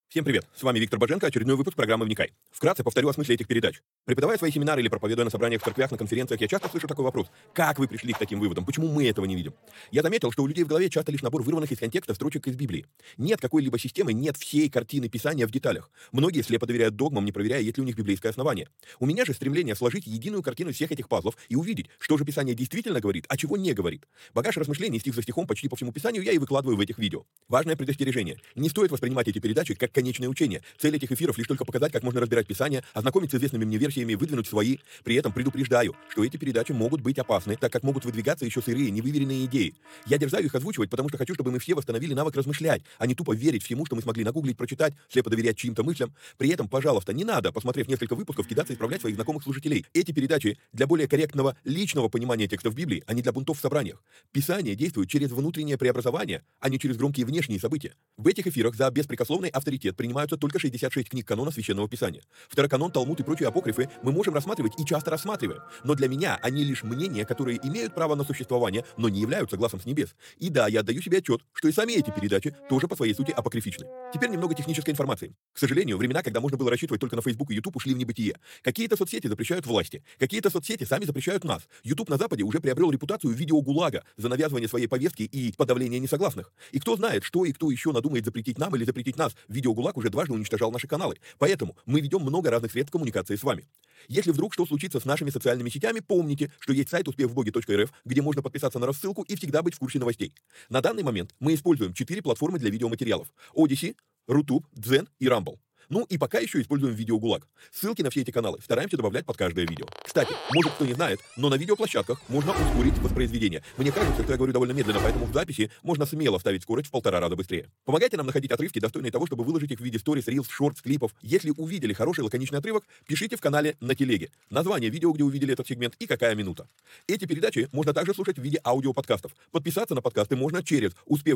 Всем привет! С вами Виктор Боженко, очередной выпуск программы «Вникай». Вкратце повторю о смысле этих передач. Преподавая свои семинары или проповедуя на собраниях в церквях, на конференциях, я часто слышу такой вопрос. Как вы пришли к таким выводам? Почему мы этого не видим? Я заметил, что у людей в голове часто лишь набор вырванных из контекста строчек из Библии. Нет какой-либо системы, нет всей картины Писания в деталях. Многие слепо доверяют догмам, не проверяя, есть ли у них библейское основание. У меня же стремление сложить единую картину всех этих пазлов и увидеть, что же Писание действительно говорит, а чего не говорит. Багаж размышлений стих за стихом почти по всему Писанию я и выкладываю в этих видео. Важное предостережение. Не стоит воспринимать эти передачи как конечное учение. Цель этих эфиров лишь только показать, как можно разбирать Писание, ознакомиться с известными мне версиями, выдвинуть свои. При этом предупреждаю, что эти передачи могут быть опасны, так как могут выдвигаться еще сырые, невыверенные идеи. Я дерзаю их озвучивать, потому что хочу, чтобы мы все восстановили навык размышлять, а не тупо верить всему, что мы смогли нагуглить, прочитать, слепо доверять чьим-то мыслям. При этом, пожалуйста, не надо, посмотрев несколько выпусков, кидаться и исправлять своих знакомых слушателей. Эти передачи для более корректного личного понимания текстов Библии, а не для бунтов в собраниях. Писание действует через внутреннее преобразование, а не через громкие внешние события. В этих эфирах за беспрекословный авторитет принимаются только 66 книг канона Священного Писания. Второканон, Талмуд и прочие апокрифы мы можем рассматривать и часто рассматриваем. Но для меня они лишь мнения, которые имеют право на существование, но не являются глазом с небес. И да, я отдаю себе отчет, что и сами эти передачи тоже по своей сути апокрифичны. Теперь немного технической информации. К сожалению, времена, когда можно было рассчитывать только на Facebook и YouTube, ушли в небытие. Какие-то соцсети запрещают власти, какие-то соцсети сами запрещают нас. YouTube на Западе уже приобрел репутацию видеогулага за навязывание своей повестки и подавление несогласных. И кто знает, что и кто еще надумает запретить нам или запретить нас. Видеогулаг уже дважды уничтожал наши каналы. Поэтому мы ведем много разных средств коммуникации с вами. Если вдруг что случится с нашими социальными сетями, помните, что есть сайт успехвбоге.рф, где можно подписаться на рассылку и всегда быть в курсе новостей. На данный момент мы используем 4 платформы для видеоматериалов: Odyssey, Rutube, Дзен и Rumble. Ну и пока еще используем видеогулаг. Ссылки на все эти каналы стараемся добавлять под каждое видео. Кстати, может кто не знает, но на видеоплощадках можно ускорить воспроизведение. Мне кажется, что я говорю довольно медленно, поэтому в записи можно смело вставить скорость в 1,5 раза быстрее. Помогайте нам находить отрывки, достойные того, чтобы выложить их в виде сторис, рилс, шортс, клипов. Если увидели хороший лаконичный отрывок, пишите в канале на телеге. Название видео, где увидели этот сегмент, и какая минута. Эти передачи можно также слушать в виде аудиоподкастов. Подписаться на подкасты можно через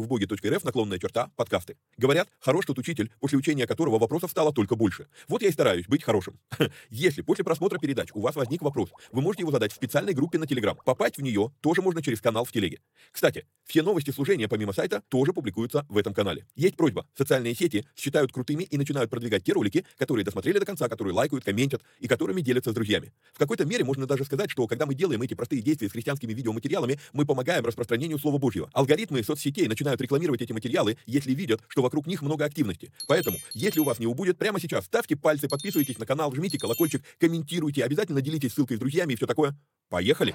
успехвбоге.рф/подкасты. Говорят, хорош тот учитель, после учения которого вопросов стало только больше. Вот я и стараюсь быть хорошим. Если после просмотра передач у вас возник вопрос, вы можете его задать в специальной группе на Telegram. Попасть в нее тоже можно через канал в телеге. Кстати, все новости служения помимо сайта тоже публикуются в этом канале. Есть просьба: социальные сети считают крутыми и начинают продвигать те ролики, которые досмотрели до конца, которые лайкают, комментят и которыми делятся с друзьями. В какой-то мере можно даже сказать, что когда мы делаем эти простые действия с христианскими видеоматериалами, мы помогаем распространению Слова Божьего. Алгоритмы соцсетей начинают рекламировать эти материалы, если видят, что вокруг них много активности. Поэтому, если у вас не убудет, прямо сейчас ставьте пальцы, подписывайтесь на канал, жмите колокольчик, комментируйте, обязательно делитесь ссылкой с друзьями и все такое. Поехали!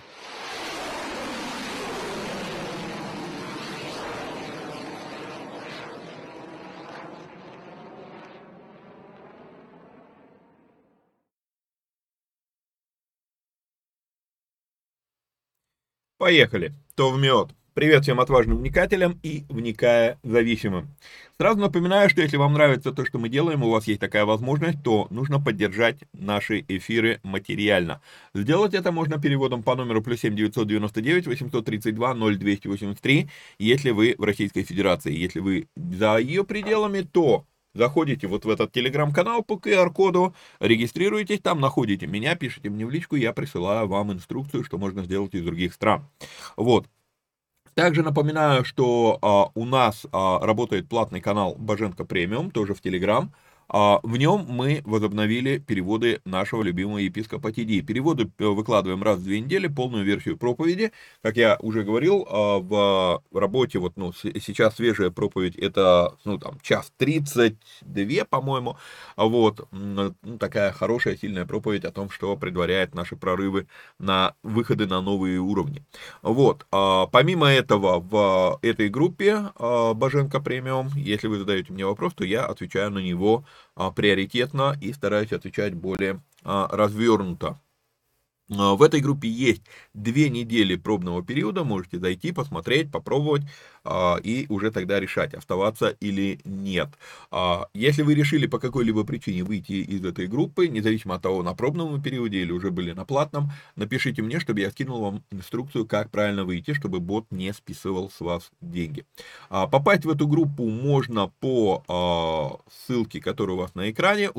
Поехали. То в мед. Привет всем отважным вникателям и вникая зависимым. Сразу напоминаю, что если вам нравится то, что мы делаем, у вас есть такая возможность, то нужно поддержать наши эфиры материально. Сделать это можно переводом по номеру +7 999 832 0283, если вы в Российской Федерации. Если вы за ее пределами, то заходите вот в этот телеграм-канал по QR-коду, регистрируйтесь там, находите меня, пишите мне в личку, я присылаю вам инструкцию, что можно сделать из других стран. Вот. Также напоминаю, что у нас работает платный канал Боженко Премиум, тоже в Телеграм. В нем мы возобновили переводы нашего любимого епископа Тиди. Переводы выкладываем раз в 2 недели, полную версию проповеди. Как я уже говорил, в работе, сейчас свежая проповедь, это, час 32, по-моему. Вот, такая хорошая, сильная проповедь о том, что предваряет наши прорывы на выходы на новые уровни. Вот, помимо этого, в этой группе Боженко Премиум, если вы задаете мне вопрос, то я отвечаю на него приоритетно и стараюсь отвечать более развернуто. В этой группе есть 2 недели пробного периода, можете зайти, посмотреть, попробовать и уже тогда решать, оставаться или нет. Если вы решили по какой-либо причине выйти из этой группы, независимо от того, на пробном периоде или уже были на платном, напишите мне, чтобы я скинул вам инструкцию, как правильно выйти, чтобы бот не списывал с вас деньги. Попасть в эту группу можно по ссылке, которая у вас на экране,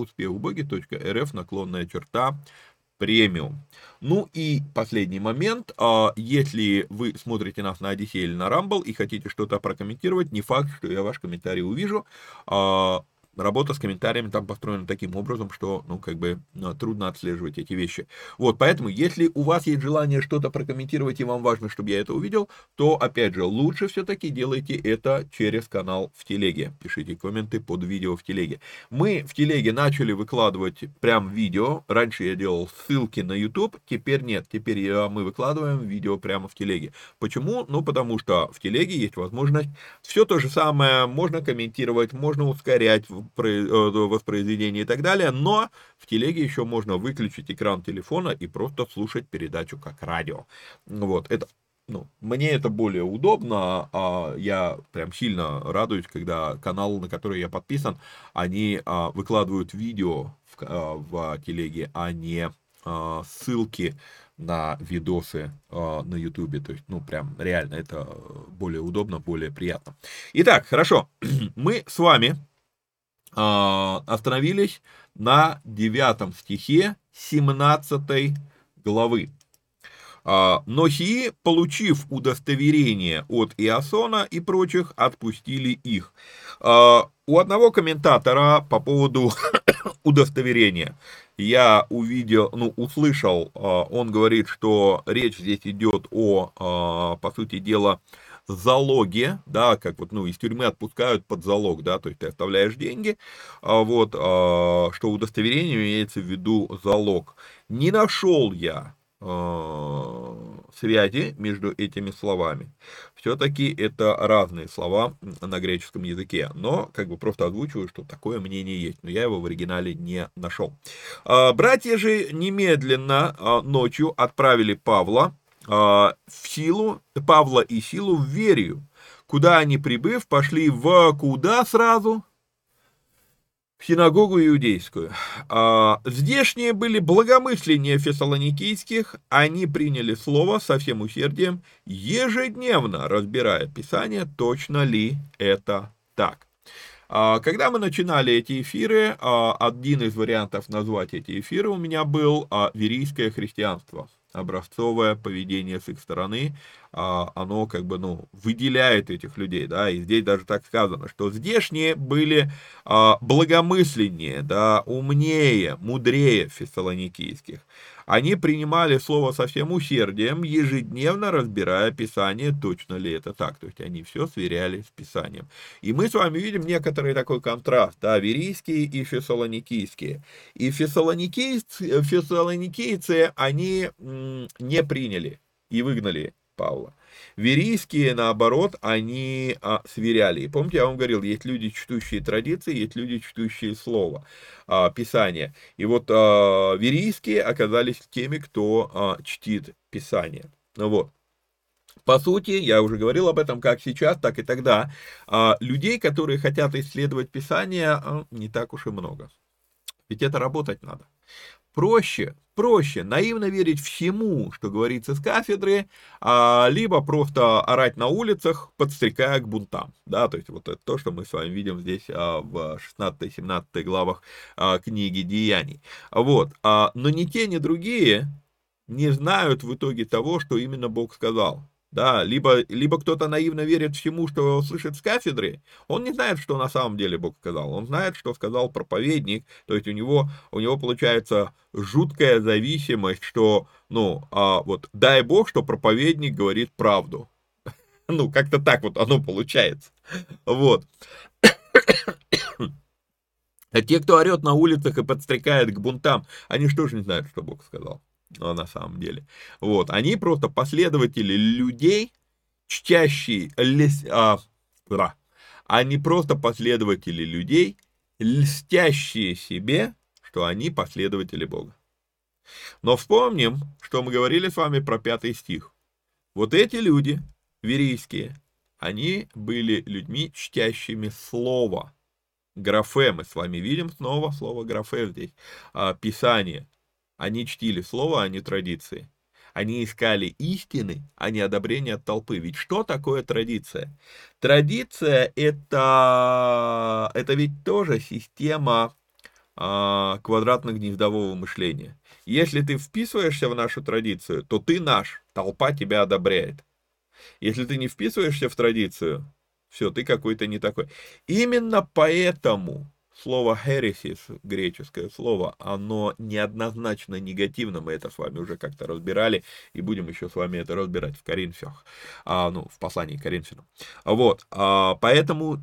успехвбоге.рф/премиум. Ну и последний момент, если вы смотрите нас на Odyssey или на Rumble и хотите что-то прокомментировать, не факт, что я ваш комментарий увижу, работа с комментариями там построена таким образом, что, ну, как бы, трудно отслеживать эти вещи. Вот, поэтому, если у вас есть желание что-то прокомментировать, и вам важно, чтобы я это увидел, то, опять же, лучше все-таки делайте это через канал в Телеге. Пишите комменты под видео в Телеге. Мы в Телеге начали выкладывать прям видео. Раньше я делал ссылки на YouTube, теперь нет. Теперь мы выкладываем видео прямо в Телеге. Почему? Ну, потому что в Телеге есть возможность все то же самое, можно комментировать, можно ускорять воспроизведение и так далее, но в Телеге еще можно выключить экран телефона и просто слушать передачу как радио. Вот, это, ну, мне это более удобно, я прям сильно радуюсь, когда канал, на который я подписан, они выкладывают видео в Телеге, а не ссылки на видосы на Ютубе. То есть, ну, прям реально это более удобно, более приятно. Итак, хорошо. Мы с вами остановились на 9 стихе 17 главы. Но сии, получив удостоверение от Иасона и прочих, отпустили их. У одного комментатора по поводу удостоверения я услышал, он говорит, что речь здесь идет по сути дела, залоге, да, как вот, ну, из тюрьмы отпускают под залог, да, то есть ты оставляешь деньги, что удостоверение имеется в виду залог. Не нашел я связи между этими словами. Все-таки это разные слова на греческом языке, но как бы просто озвучиваю, что такое мнение есть, но я его в оригинале не нашел. Братья же немедленно ночью отправили Павла и Силу в Верию, куда они, прибыв, пошли куда сразу? В синагогу иудейскую. Здешние были благомысленнее фессалоникийских, они приняли слово со всем усердием, ежедневно разбирая Писание, точно ли это так. Когда мы начинали эти эфиры, один из вариантов назвать эти эфиры у меня был верийское христианство. Образцовое поведение с их стороны, оно как бы, ну, выделяет этих людей, да, и здесь даже так сказано, что здешние были благомысленнее, да, умнее, мудрее фессалоникийских. Они принимали слово со всем усердием, ежедневно разбирая Писание, точно ли это так, то есть они все сверяли с Писанием. И мы с вами видим некоторый такой контраст, да, верийские и фессалоникийские. И фессалоникийцы, они не приняли и выгнали Павла. Верийские, наоборот, они сверяли. И помните, я вам говорил, есть люди, чтущие традиции, есть люди, чтущие слово, Писание. И вот верийские оказались теми, кто чтит Писание. Вот. По сути, я уже говорил об этом как сейчас, так и тогда. Людей, которые хотят исследовать Писание, не так уж и много. Ведь это работать надо. Проще наивно верить всему, что говорится с кафедры, либо просто орать на улицах, подстрекая к бунтам. Да, то есть вот это то, что мы с вами видим здесь в 16-17 главах книги Деяний. Вот. Но ни те, ни другие не знают в итоге того, что именно Бог сказал. Да, либо кто-то наивно верит всему, что слышит с кафедры, он не знает, что на самом деле Бог сказал, он знает, что сказал проповедник, то есть у него получается жуткая зависимость, что, вот, дай Бог, что проповедник говорит правду. Ну, как-то так вот оно получается. Вот. А те, кто орет на улицах и подстрекает к бунтам, они что же не знают, что Бог сказал? На самом деле. Вот, они просто последователи людей, чтящие, они просто последователи людей, льстящие себе, что они последователи Бога. Но вспомним, что мы говорили с вами про 5 стих. Вот эти люди, верийские, они были людьми, чтящими слово. Графе, мы с вами видим снова слово графе здесь, Писание. Они чтили слово, а не традиции. Они искали истины, а не одобрения от толпы. Ведь что такое традиция? Традиция это ведь тоже система квадратно-гнездового мышления. Если ты вписываешься в нашу традицию, то ты наш, толпа тебя одобряет. Если ты не вписываешься в традицию, все, ты какой-то не такой. Именно поэтому слово heresies, греческое слово, оно неоднозначно негативно, мы это с вами уже как-то разбирали, и будем еще с вами это разбирать в Коринфянах, в послании к Коринфянам. Вот, поэтому,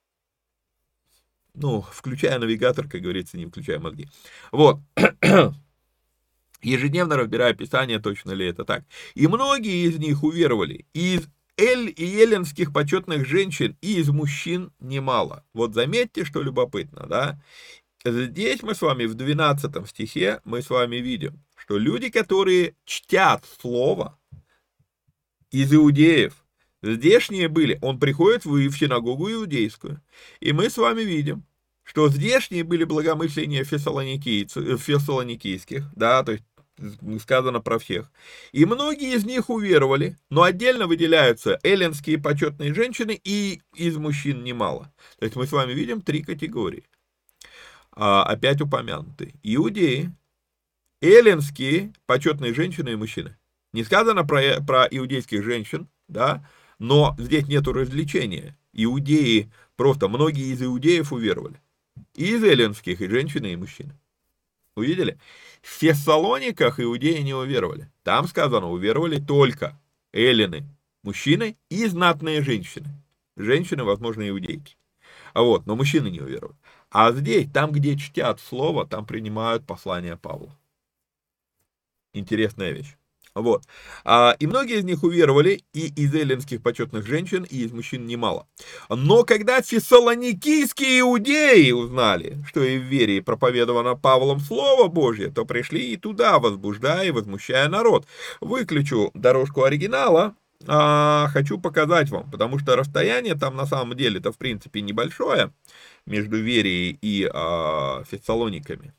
включая навигатор, как говорится, не включая мозги. Вот, ежедневно разбирая Писание, точно ли это так. И многие из них уверовали, из и эллинских почетных женщин, и из мужчин немало. Вот заметьте, что любопытно, да? Здесь мы с вами в 12 стихе, мы с вами видим, что люди, которые чтят слово из иудеев, здешние были, он приходит в синагогу иудейскую, и мы с вами видим, что здешние были благомысления фессалоникийских, да, то есть сказано про всех. И многие из них уверовали, но отдельно выделяются эллинские почетные женщины, и из мужчин немало. То есть мы с вами видим 3 категории. Опять упомянуты. Иудеи, эллинские почетные женщины и мужчины. Не сказано про иудейских женщин, да, но здесь нету развлечения. Иудеи, просто многие из иудеев уверовали. И из эллинских, и женщины, и мужчины. Увидели? В Фессалониках иудеи не уверовали. Там сказано, уверовали только эллины, мужчины и знатные женщины. Женщины, возможно, иудейки. Но мужчины не уверовали. А здесь, там, где чтят слово, там принимают послание Павла. Интересная вещь. И многие из них уверовали, и из эллинских почетных женщин, и из мужчин немало. Но когда фессалоникийские иудеи узнали, что и в вере проповедовано Павлом Слово Божье, то пришли и туда, возбуждая и возмущая народ. Выключу дорожку оригинала, хочу показать вам, потому что расстояние там на самом деле-то в принципе небольшое между Верией и Фессалониками.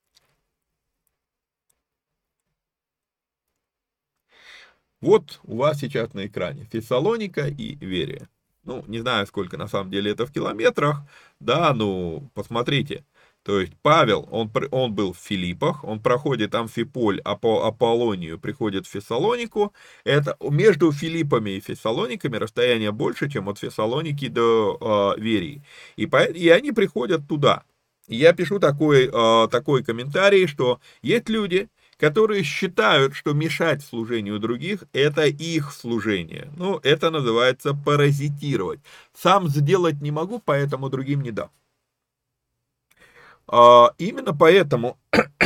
Вот у вас сейчас на экране Фессалоника и Верия. Не знаю, сколько на самом деле это в километрах, да, посмотрите. То есть Павел, он был в Филиппах, он проходит Амфиполь, Аполлонию, приходит в Фессалонику. Это между Филиппами и Фессалониками расстояние больше, чем от Фессалоники до Верии. И они приходят туда. И я пишу такой комментарий, что есть люди, которые считают, что мешать служению других – это их служение. Это называется паразитировать. Сам сделать не могу, поэтому другим не дам. Именно поэтому,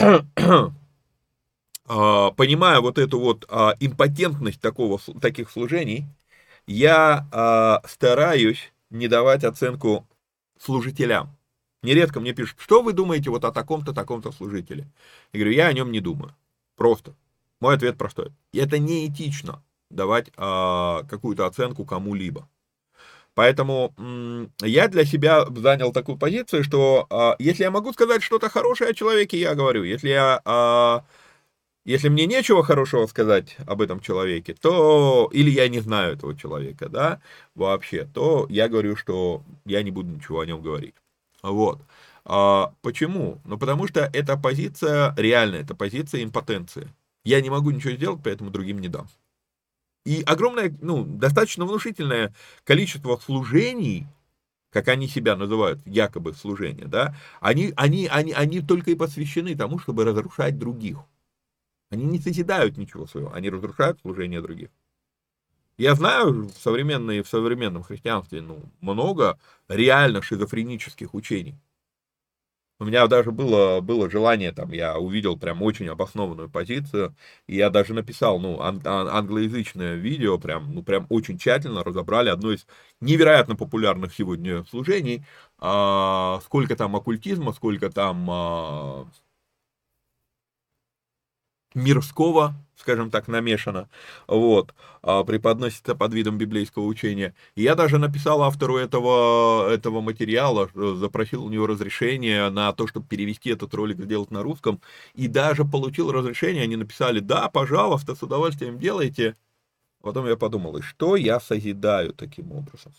понимая вот эту импотентность таких служений, я стараюсь не давать оценку служителям. Нередко мне пишут, что вы думаете о таком-то служителе? Я говорю, я о нем не думаю. Просто. Мой ответ простой. Это неэтично давать какую-то оценку кому-либо. Поэтому я для себя занял такую позицию, что если я могу сказать что-то хорошее о человеке, я говорю. Если мне нечего хорошего сказать об этом человеке, то, или я не знаю этого человека, да, вообще, то я говорю, что я не буду ничего о нем говорить. Почему? Потому что эта позиция реальная, это позиция импотенции. Я не могу ничего сделать, поэтому другим не дам. И огромное, достаточно внушительное количество служений, как они себя называют, якобы служения, да, они только и посвящены тому, чтобы разрушать других. Они не созидают ничего своего, они разрушают служение других. Я знаю в современном христианстве много реально шизофренических учений. У меня даже было желание, я увидел прям очень обоснованную позицию, и я даже написал, англоязычное видео, прям очень тщательно разобрали одно из невероятно популярных сегодня служений, сколько там оккультизма, сколько там мирского, скажем так, намешано, преподносится под видом библейского учения. И я даже написал автору этого материала, запросил у него разрешение на то, чтобы перевести этот ролик, сделать на русском, и даже получил разрешение, они написали, да, пожалуйста, с удовольствием делайте. Потом я подумал, и что я созидаю таким образом?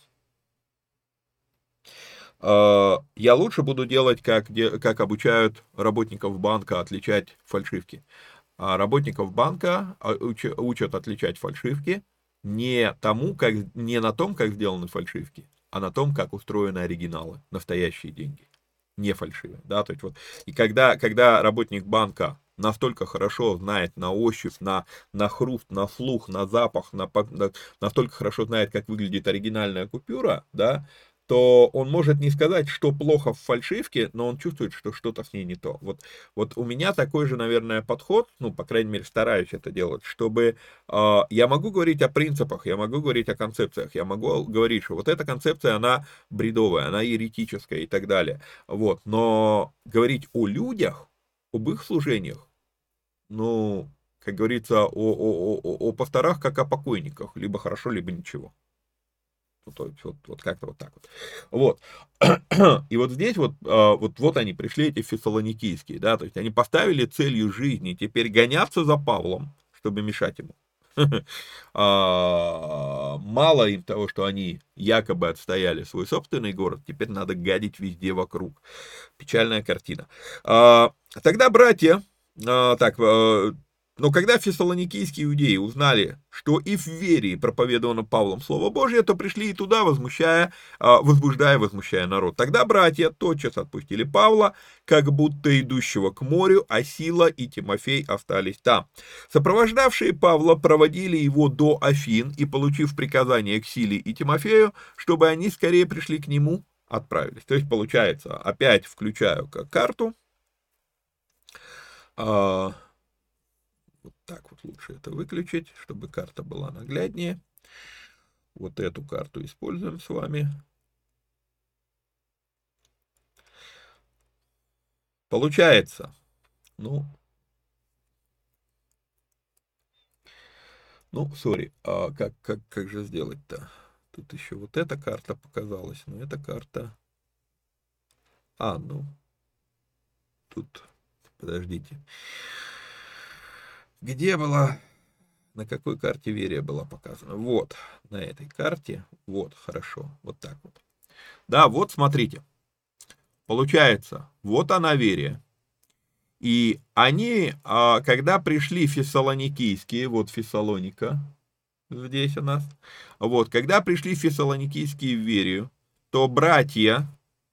Я лучше буду делать, как обучают работников банка отличать фальшивки. Работников банка учат отличать фальшивки не на том, как сделаны фальшивки, а на том, как устроены оригиналы, настоящие деньги. не фальшивые, да, то есть вот, и когда работник банка настолько хорошо знает на ощупь, на хруст, на слух, на запах, настолько хорошо знает, как выглядит оригинальная купюра, да, то он может не сказать, что плохо в фальшивке, но он чувствует, что что-то с ней не то. Вот у меня такой же, наверное, подход, ну, по крайней мере, стараюсь это делать, чтобы я могу говорить о принципах, я могу говорить о концепциях, я могу говорить, что вот эта концепция, она бредовая, она еретическая и так далее. Вот, но говорить о людях, об их служениях, ну, как говорится, о пасторах, как о покойниках, либо хорошо, либо ничего. Вот как-то вот так вот. Вот. И вот здесь вот они пришли, эти фессалоникийские, да, то есть они поставили целью жизни теперь гоняться за Павлом, чтобы мешать ему. Мало им того, что они якобы отстояли свой собственный город, теперь надо гадить везде вокруг. Печальная картина. Тогда братья, но когда фессалоникийские иудеи узнали, что и в Верии проповедовано Павлом Слово Божье, то пришли и туда, возмущая народ. Тогда братья тотчас отпустили Павла, как будто идущего к морю, а Сила и Тимофей остались там. Сопровождавшие Павла проводили его до Афин и, получив приказание к Силе и Тимофею, чтобы они скорее пришли к нему, отправились. То есть, получается, опять включаю как карту. Вот так вот лучше это выключить, чтобы карта была нагляднее. Вот эту карту используем с вами. Получается, сори, как же сделать-то? Тут еще вот эта карта показалась, но эта карта... Тут, подождите. Где была, на какой карте Верия была показана? Вот, на этой карте, вот, хорошо, вот так вот. Да, вот смотрите, получается, вот она Верия. И они, когда пришли фессалоникийские, вот Фессалоника, здесь у нас, вот, когда пришли фессалоникийские в Верию, то братья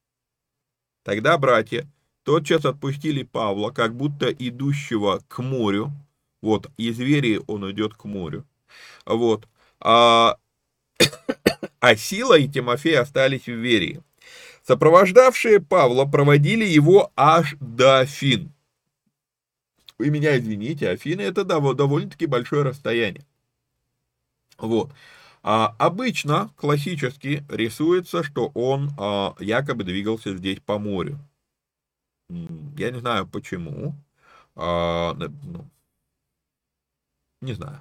тотчас отпустили Павла, как будто идущего к морю. Вот, из Верии он идет к морю. Вот. А Сила и Тимофей остались в Верии. Сопровождавшие Павла проводили его аж до Афин. Вы меня извините, Афины это довольно-таки большое расстояние. Вот. Обычно, классически, рисуется, что он якобы двигался здесь по морю. Я не знаю почему. Не знаю.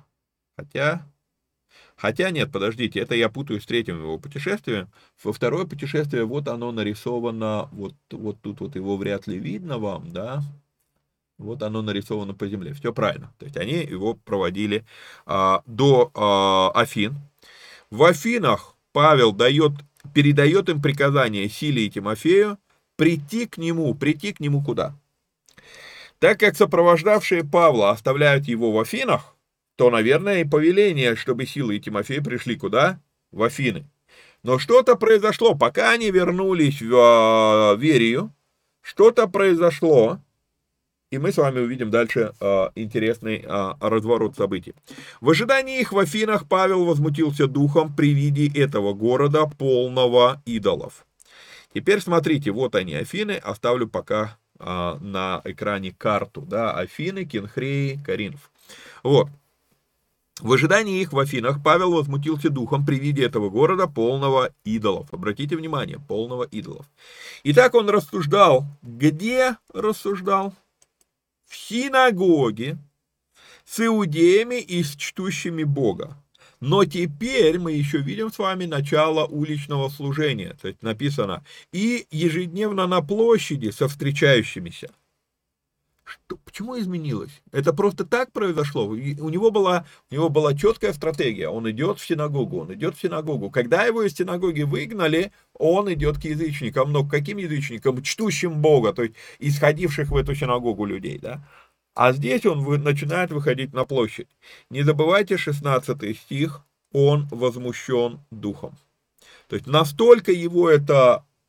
Хотя нет, подождите, это я путаю с третьим его путешествием. Во второе путешествие, вот оно нарисовано, вот тут вот его вряд ли видно вам, да. Вот оно нарисовано по земле. Все правильно. То есть они его проводили до Афин. В Афинах Павел передает им приказание Силе и Тимофею прийти к нему куда? Так как сопровождавшие Павла оставляют его в Афинах, то, наверное, и повеление, чтобы Сила и Тимофей пришли куда? В Афины. Но что-то произошло, пока они вернулись в Верию, что-то произошло, и мы с вами увидим дальше интересный разворот событий. В ожидании их в Афинах Павел возмутился духом при виде этого города, полного идолов. Теперь смотрите, вот они, Афины, оставлю пока на экране карту, да, Афины, Кенхреи, Коринф. Вот. В ожидании их в Афинах Павел возмутился духом при виде этого города, полного идолов. Обратите внимание, полного идолов. Итак, он рассуждал. Где рассуждал? В синагоге с иудеями и с чтущими Бога. Но теперь мы еще видим с вами начало уличного служения. То есть написано, и ежедневно на площади со встречающимися. Почему изменилось? Это просто так произошло. У него была четкая стратегия. Он идет в синагогу. Когда его из синагоги выгнали, он идет к язычникам. Но к каким язычникам? Чтущим Бога, то есть исходивших в эту синагогу людей. Да? А здесь он начинает выходить на площадь. Не забывайте 16 стих. Он возмущен духом. То есть настолько его это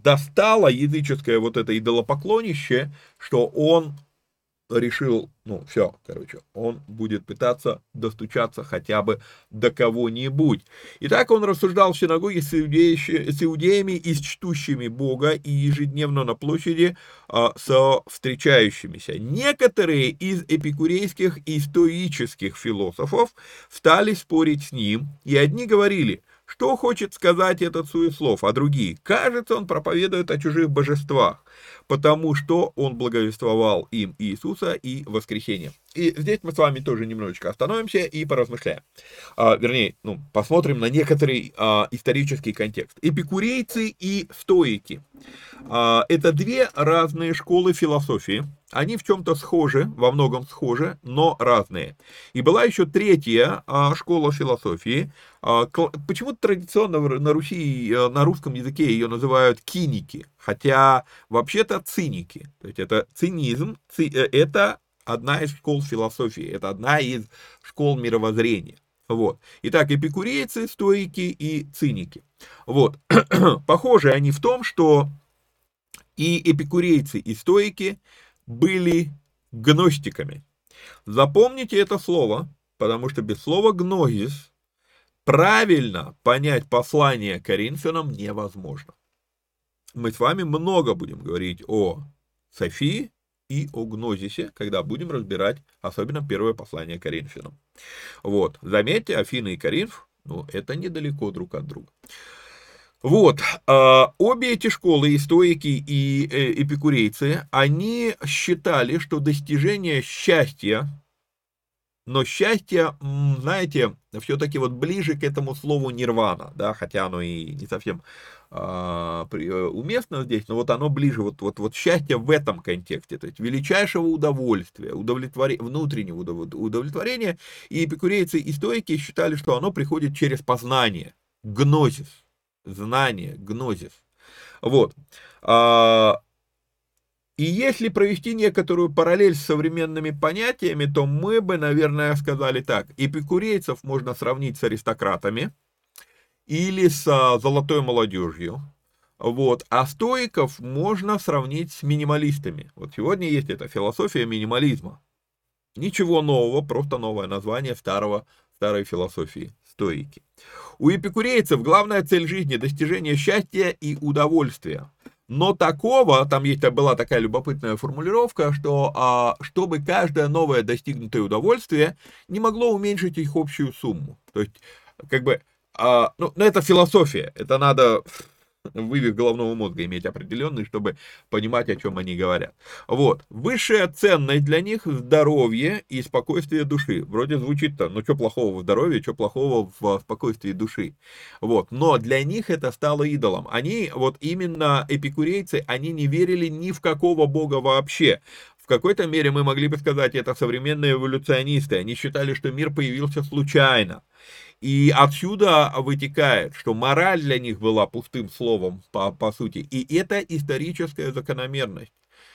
достало языческое вот это идолопоклонище, что он решил, все, он будет пытаться достучаться хотя бы до кого-нибудь. И так он рассуждал в синагоге с иудеями и с чтущими Бога, и ежедневно на площади со встречающимися. Некоторые из эпикурейских и стоических философов стали спорить с ним, и одни говорили: что хочет сказать этот суеслов, а другие: кажется, он проповедует о чужих божествах, потому что он благовествовал им Иисуса и воскресение. И здесь мы с вами тоже немножечко остановимся и поразмышляем. Посмотрим на некоторый исторический контекст. Эпикурейцы и стоики. Это две разные школы философии. Они в чем-то схожи, во многом схожи, но разные. И была еще третья школа философии. Почему-то традиционно на Руси, на русском языке ее называют киники, хотя вообще-то циники. То есть это цинизм, это одна из школ философии, это одна из школ мировоззрения. Вот. Итак, эпикурейцы, стоики и циники. Вот. Похожи они в том, что и эпикурейцы, и стоики были гностиками. Запомните это слово, потому что без слова гнозис правильно понять послание Коринфянам невозможно. Мы с вами много будем говорить о Софии и о гнозисе, когда будем разбирать особенно первое послание Коринфянам. Вот, заметьте, Афины и Коринф, это недалеко друг от друга. Вот, обе эти школы, и стоики, и эпикурейцы, они считали, что достижение счастья, но счастье, знаете, все-таки вот ближе к этому слову нирвана, да, хотя оно и не совсем уместно здесь, но вот оно ближе, вот счастье в этом контексте, то есть величайшего удовольствия, внутреннего удовлетворения, и эпикурейцы и стоики считали, что оно приходит через познание, гнозис, знание, гнозис. Вот. И если провести некоторую параллель с современными понятиями, то мы бы, наверное, сказали так: эпикурейцев можно сравнить с аристократами или с золотой молодежью, вот, а стоиков можно сравнить с минималистами. Вот сегодня есть эта философия минимализма. Ничего нового, просто новое название старой философии, стоики. У эпикурейцев главная цель жизни — достижение счастья и удовольствия. Но такого, там была такая любопытная формулировка, что чтобы каждое новое достигнутое удовольствие не могло уменьшить их общую сумму. То есть, это философия, это надо вывих головного мозга иметь определенный, чтобы понимать, о чем они говорят. Вот. Высшая ценность для них — здоровье и спокойствие души. Вроде звучит-то, что плохого в здоровье, что плохого в спокойствии души. Вот. Но для них это стало идолом. Они, вот именно эпикурейцы, они не верили ни в какого бога вообще. В какой-то мере мы могли бы сказать, это современные эволюционисты. Они считали, что мир появился случайно. И отсюда вытекает, что мораль для них была пустым словом, по сути. И это историческая закономерность,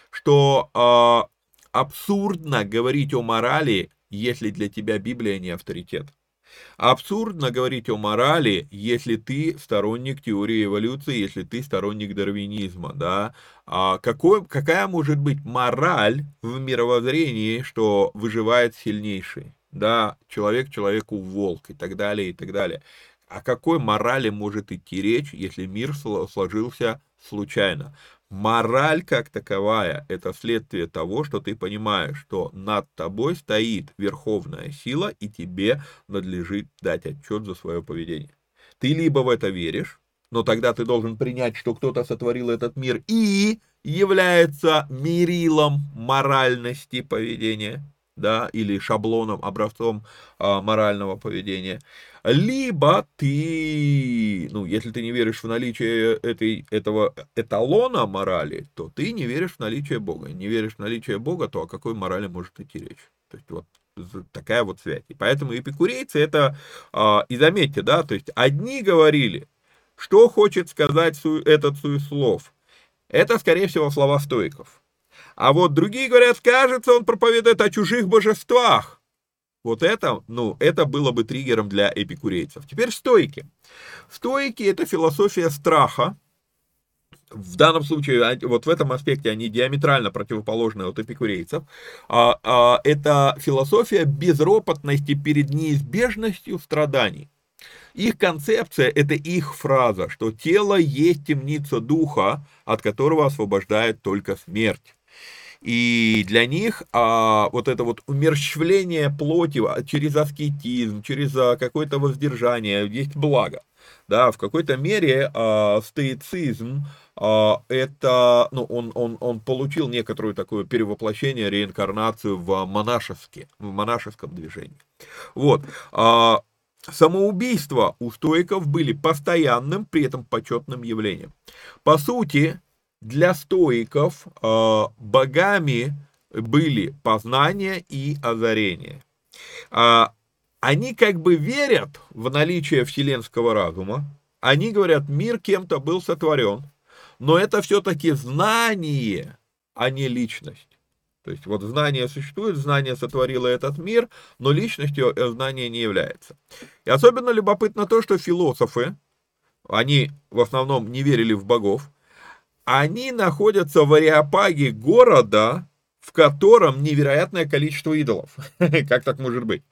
что абсурдно говорить о морали, если для тебя Библия не авторитет. Абсурдно говорить о морали, если ты сторонник теории эволюции, если ты сторонник дарвинизма, да. Какая может быть мораль в мировоззрении, что выживает сильнейший? Да, человек человеку волк и так далее, и так далее. О какой морали может идти речь, если мир сложился случайно? Мораль как таковая — это следствие того, что ты понимаешь, что над тобой стоит верховная сила, и тебе надлежит дать отчет за свое поведение. Ты либо в это веришь, но тогда ты должен принять, что кто-то сотворил этот мир и является мерилом моральности поведения, да, или шаблоном, образцом морального поведения. Либо ты, если ты не веришь в наличие этого эталона морали, то ты не веришь в наличие Бога. Не веришь в наличие Бога, то о какой морали может идти речь? То есть вот такая вот связь. И поэтому эпикурейцы это, и заметьте, да, то есть одни говорили, что хочет сказать этот суеслов. Это, скорее всего, слова стоиков. А вот другие говорят, кажется, он проповедует о чужих божествах. Вот это, это было бы триггером для эпикурейцев. Теперь стоики. Стоики — это философия страха. В данном случае, вот в этом аспекте они диаметрально противоположны от эпикурейцев. Это философия безропотности перед неизбежностью страданий. Их концепция – это их фраза, что тело есть темница духа, от которого освобождает только смерть. И для них вот это вот умерщвление плоти через аскетизм, через какое-то воздержание есть благо. Да, в какой-то мере стоицизм это, ну, он получил некоторую такое перевоплощение, реинкарнацию в монашеском движении. Вот. Самоубийства у стоиков были постоянным, при этом почетным явлением. По сути, для стоиков богами были познание и озарение. Они как бы верят в наличие вселенского разума, они говорят, мир кем-то был сотворен, но это все-таки знание, а не личность. То есть вот знание существует, знание сотворило этот мир, но личностью знание не является. И особенно любопытно то, что философы, они в основном не верили в богов, они находятся в ареопаге города, в котором невероятное количество идолов. Как так может быть?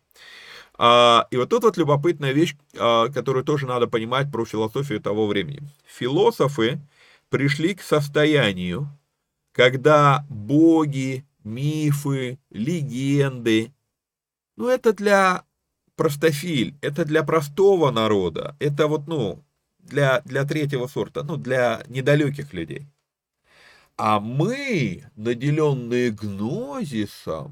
И вот тут вот любопытная вещь, которую тоже надо понимать про философию того времени. Философы пришли к состоянию, когда боги, мифы, легенды, ну это для простофиль, это для простого народа, это вот, ну, для третьего сорта, ну, для недалеких людей. А мы, наделенные гнозисом,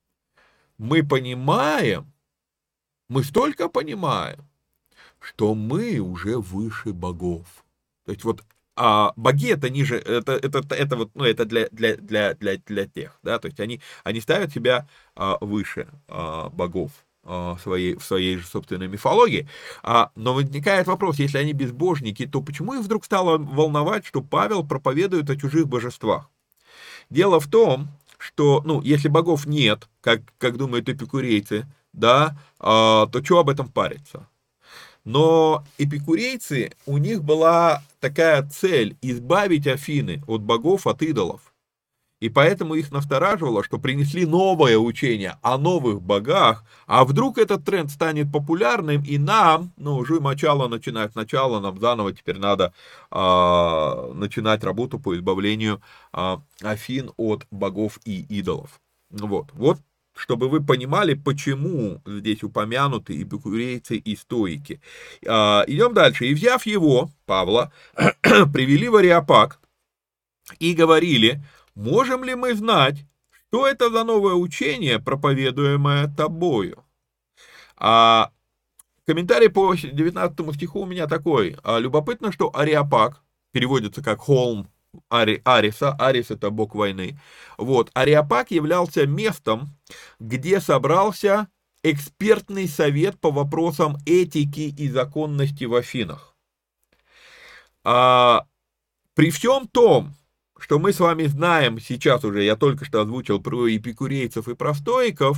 мы понимаем, мы столько понимаем, что мы уже выше богов. То есть вот боги это ниже, это вот, ну, это для тех, да, то есть они ставят себя выше богов в своей же собственной мифологии. Но возникает вопрос, если они безбожники, то почему их вдруг стало волновать, что Павел проповедует о чужих божествах? Дело в том, что, ну, если богов нет, как думают эпикурейцы, да, то что об этом париться? Но эпикурейцы, у них была такая цель избавить Афины от богов, от идолов. И поэтому их настораживало, что принесли новое учение о новых богах, а вдруг этот тренд станет популярным, и нам, ну, жуй мочало начинать сначала, нам заново теперь надо начинать работу по избавлению Афин от богов и идолов. Вот, чтобы вы понимали, почему здесь упомянуты эпикурейцы и стоики. Идем дальше. И взяв его, Павла, привели в Ареопаг и говорили: можем ли мы знать, что это за новое учение, проповедуемое тобою? Комментарий по 19 стиху у меня такой. Любопытно, что Ареопаг переводится как холм Ариса. Арис — это бог войны. Вот. Ареопаг являлся местом, где собрался экспертный совет по вопросам этики и законности в Афинах. При всем том, что мы с вами знаем сейчас уже, я только что озвучил про эпикурейцев и про стоиков,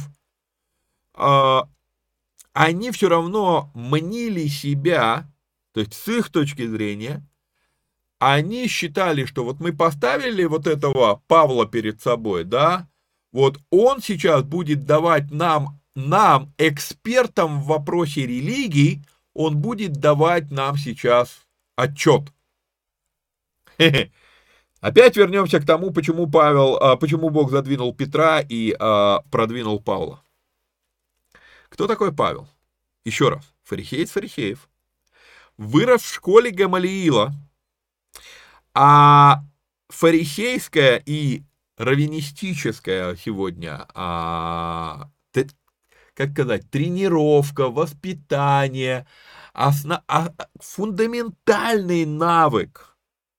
они все равно мнили себя, то есть с их точки зрения, они считали, что вот мы поставили вот этого Павла перед собой, да, вот он сейчас будет давать нам, экспертам в вопросе религии, он будет давать нам сейчас отчет. Опять вернемся к тому, почему Бог задвинул Петра и продвинул Павла. Кто такой Павел? Еще раз, фарисей из фарисеев, вырос в школе Гамалиила, а фарисейская и раввинистическая сегодня, как сказать, тренировка, воспитание, фундаментальный навык.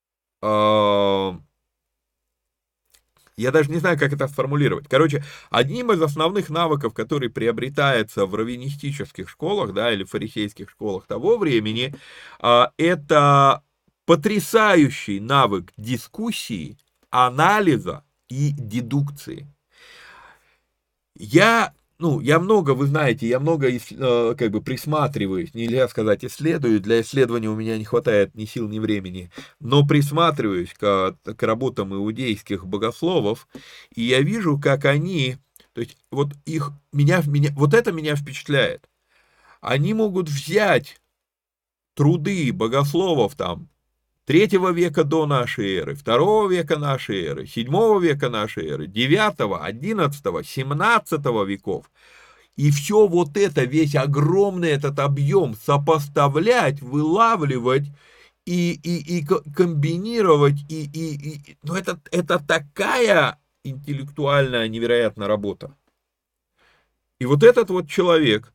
Я даже не знаю, как это сформулировать. Короче, одним из основных навыков, который приобретается в раввинистических школах, да, или фарисейских школах того времени, это потрясающий навык дискуссии, анализа и дедукции. Я ну, вы знаете, я много как бы присматриваюсь, нельзя сказать исследую, для исследования у меня не хватает ни сил, ни времени, но присматриваюсь к работам иудейских богословов, и я вижу, как они, то есть вот вот это меня впечатляет. Они могут взять труды богословов там 3 века до нашей эры, 2 века нашей эры, 7 века нашей эры, 9, 11, 17 веков, и все вот это, весь огромный этот объем сопоставлять, вылавливать и комбинировать, ну это такая интеллектуальная невероятная работа. И вот этот вот человек,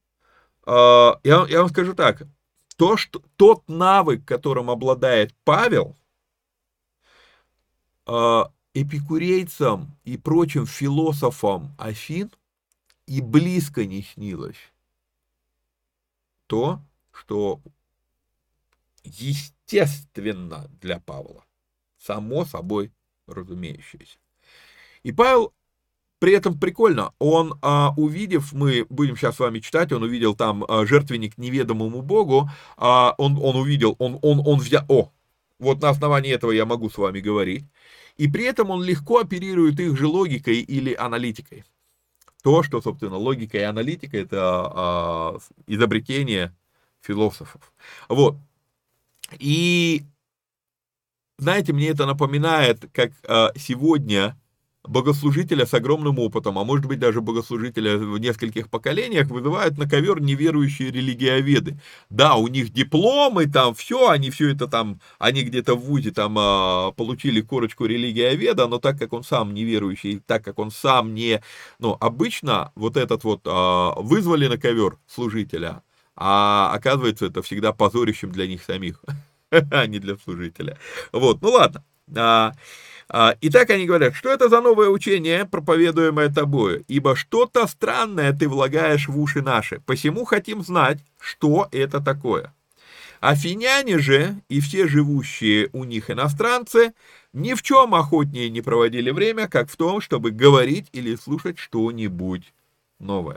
я вам скажу так, тот навык, которым обладает Павел, эпикурейцам и прочим философам Афин и близко не снилось то, что естественно для Павла, само собой разумеющееся. И Павел при этом прикольно, он, увидев, мы будем сейчас с вами читать, он увидел там жертвенник неведомому Богу, он увидел, он взял, вот на основании этого я могу с вами говорить, и при этом он легко оперирует их же логикой или аналитикой. То, что, собственно, логика и аналитика — это изобретение философов. Вот. И, знаете, мне это напоминает, как сегодня богослужителя с огромным опытом, а может быть даже богослужителя в нескольких поколениях, вызывают на ковер неверующие религиоведы. Да, у них дипломы, там они все это там, они где-то в вузе там получили корочку религиоведа, но так как он сам неверующий, так как он сам не, обычно вот этот вот вызвали на ковер служителя, а оказывается это всегда позорищем для них самих, а не для служителя. Вот, ну ладно. Итак, они говорят, что это за новое учение, проповедуемое тобою? Ибо что-то странное ты влагаешь в уши наши, посему хотим знать, что это такое. Афиняне же и все живущие у них иностранцы ни в чем охотнее не проводили время, как в том, чтобы говорить или слушать что-нибудь новое.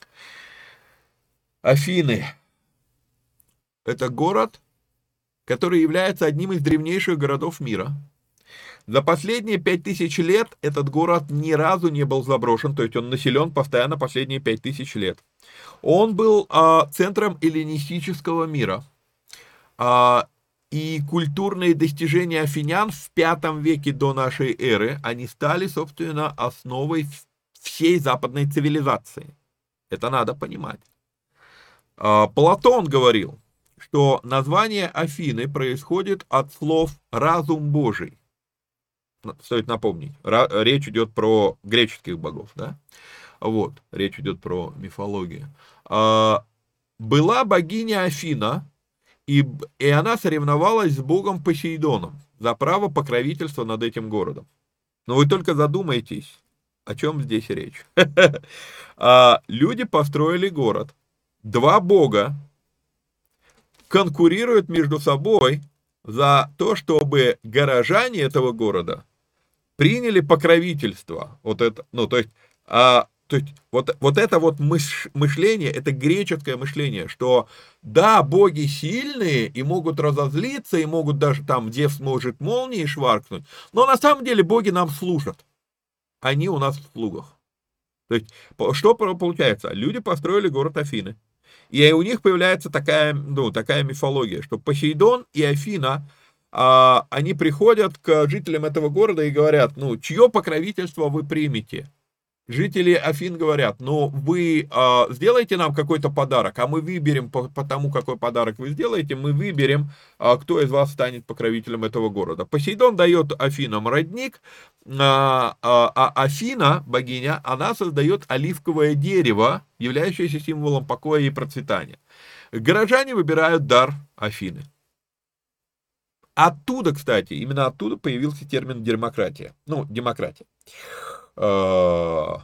Афины – это город, который является одним из древнейших городов мира. За последние 5000 лет этот город ни разу не был заброшен, то есть он населен постоянно последние 5000 лет. Он был центром эллинистического мира. И культурные достижения афинян в V веке до нашей эры, они стали, собственно, основой всей западной цивилизации. Это надо понимать. Платон говорил, что название Афины происходит от слов «разум Божий». Стоит напомнить, речь идет про греческих богов, да? Вот, речь идет про мифологию. Была богиня Афина, и она соревновалась с богом Посейдоном за право покровительства над этим городом. Но вы только задумайтесь, о чем здесь речь. Люди построили город. Два бога конкурируют между собой за то, чтобы горожане этого города приняли покровительство. Вот это, то есть вот это вот мышление, это греческое мышление, что да, боги сильные и могут разозлиться, и могут даже там Зевс может молнией шваркнуть, но на самом деле боги нам служат. Они у нас в слугах. То есть, что получается? Люди построили город Афины. И у них появляется такая мифология, что Посейдон и Афина, они приходят к жителям этого города и говорят, чье покровительство вы примете? Жители Афин говорят, вы сделайте нам какой-то подарок, а мы выберем по тому, какой подарок вы сделаете, мы выберем, кто из вас станет покровителем этого города. Посейдон дает Афинам родник, а Афина, богиня, она создает оливковое дерево, являющееся символом покоя и процветания. Горожане выбирают дар Афины. Оттуда, кстати, именно оттуда появился термин демократия. Демократия. То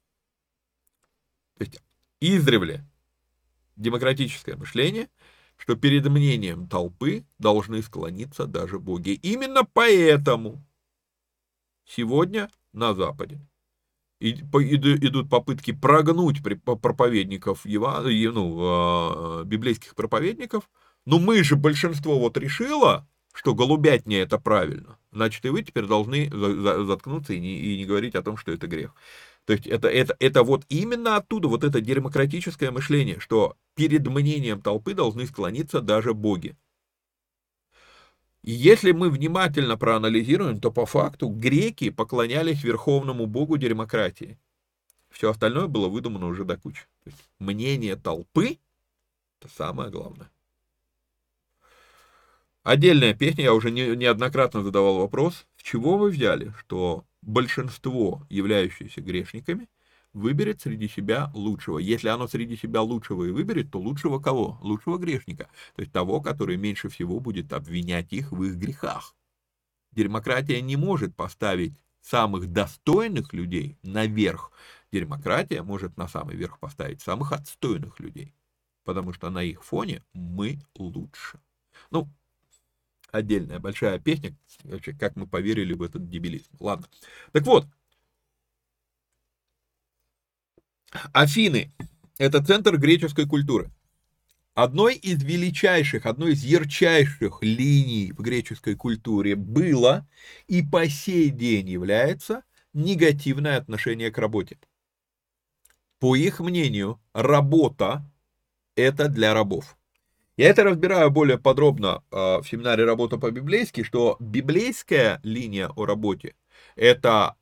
есть издревле демократическое мышление, что перед мнением толпы должны склониться даже боги. Именно поэтому сегодня на Западе идут попытки прогнуть проповедников, библейских проповедников, но мы же большинство вот решило, что голубятня это правильно, значит, и вы теперь должны заткнуться и не говорить о том, что это грех. То есть это вот именно оттуда, вот это демократическое мышление, что перед мнением толпы должны склониться даже боги. И если мы внимательно проанализируем, то по факту греки поклонялись верховному богу демократии. Все остальное было выдумано уже до кучи. То есть мнение толпы – это самое главное. Отдельная песня, я уже неоднократно задавал вопрос, с чего вы взяли, что большинство, являющиеся грешниками, выберет среди себя лучшего. Если оно среди себя лучшего и выберет, то лучшего кого? Лучшего грешника. То есть того, который меньше всего будет обвинять их в их грехах. Демократия не может поставить самых достойных людей наверх. Демократия может на самый верх поставить самых отстойных людей. Потому что на их фоне мы лучше. Ну, отдельная большая песня, вообще, как мы поверили в этот дебилизм. Ладно. Так вот, Афины – это центр греческой культуры. Одной из ярчайших линий в греческой культуре было и по сей день является негативное отношение к работе. По их мнению, работа – это для рабов. Я это разбираю более подробно в семинаре «Работа по-библейски», что библейская линия о работе – это,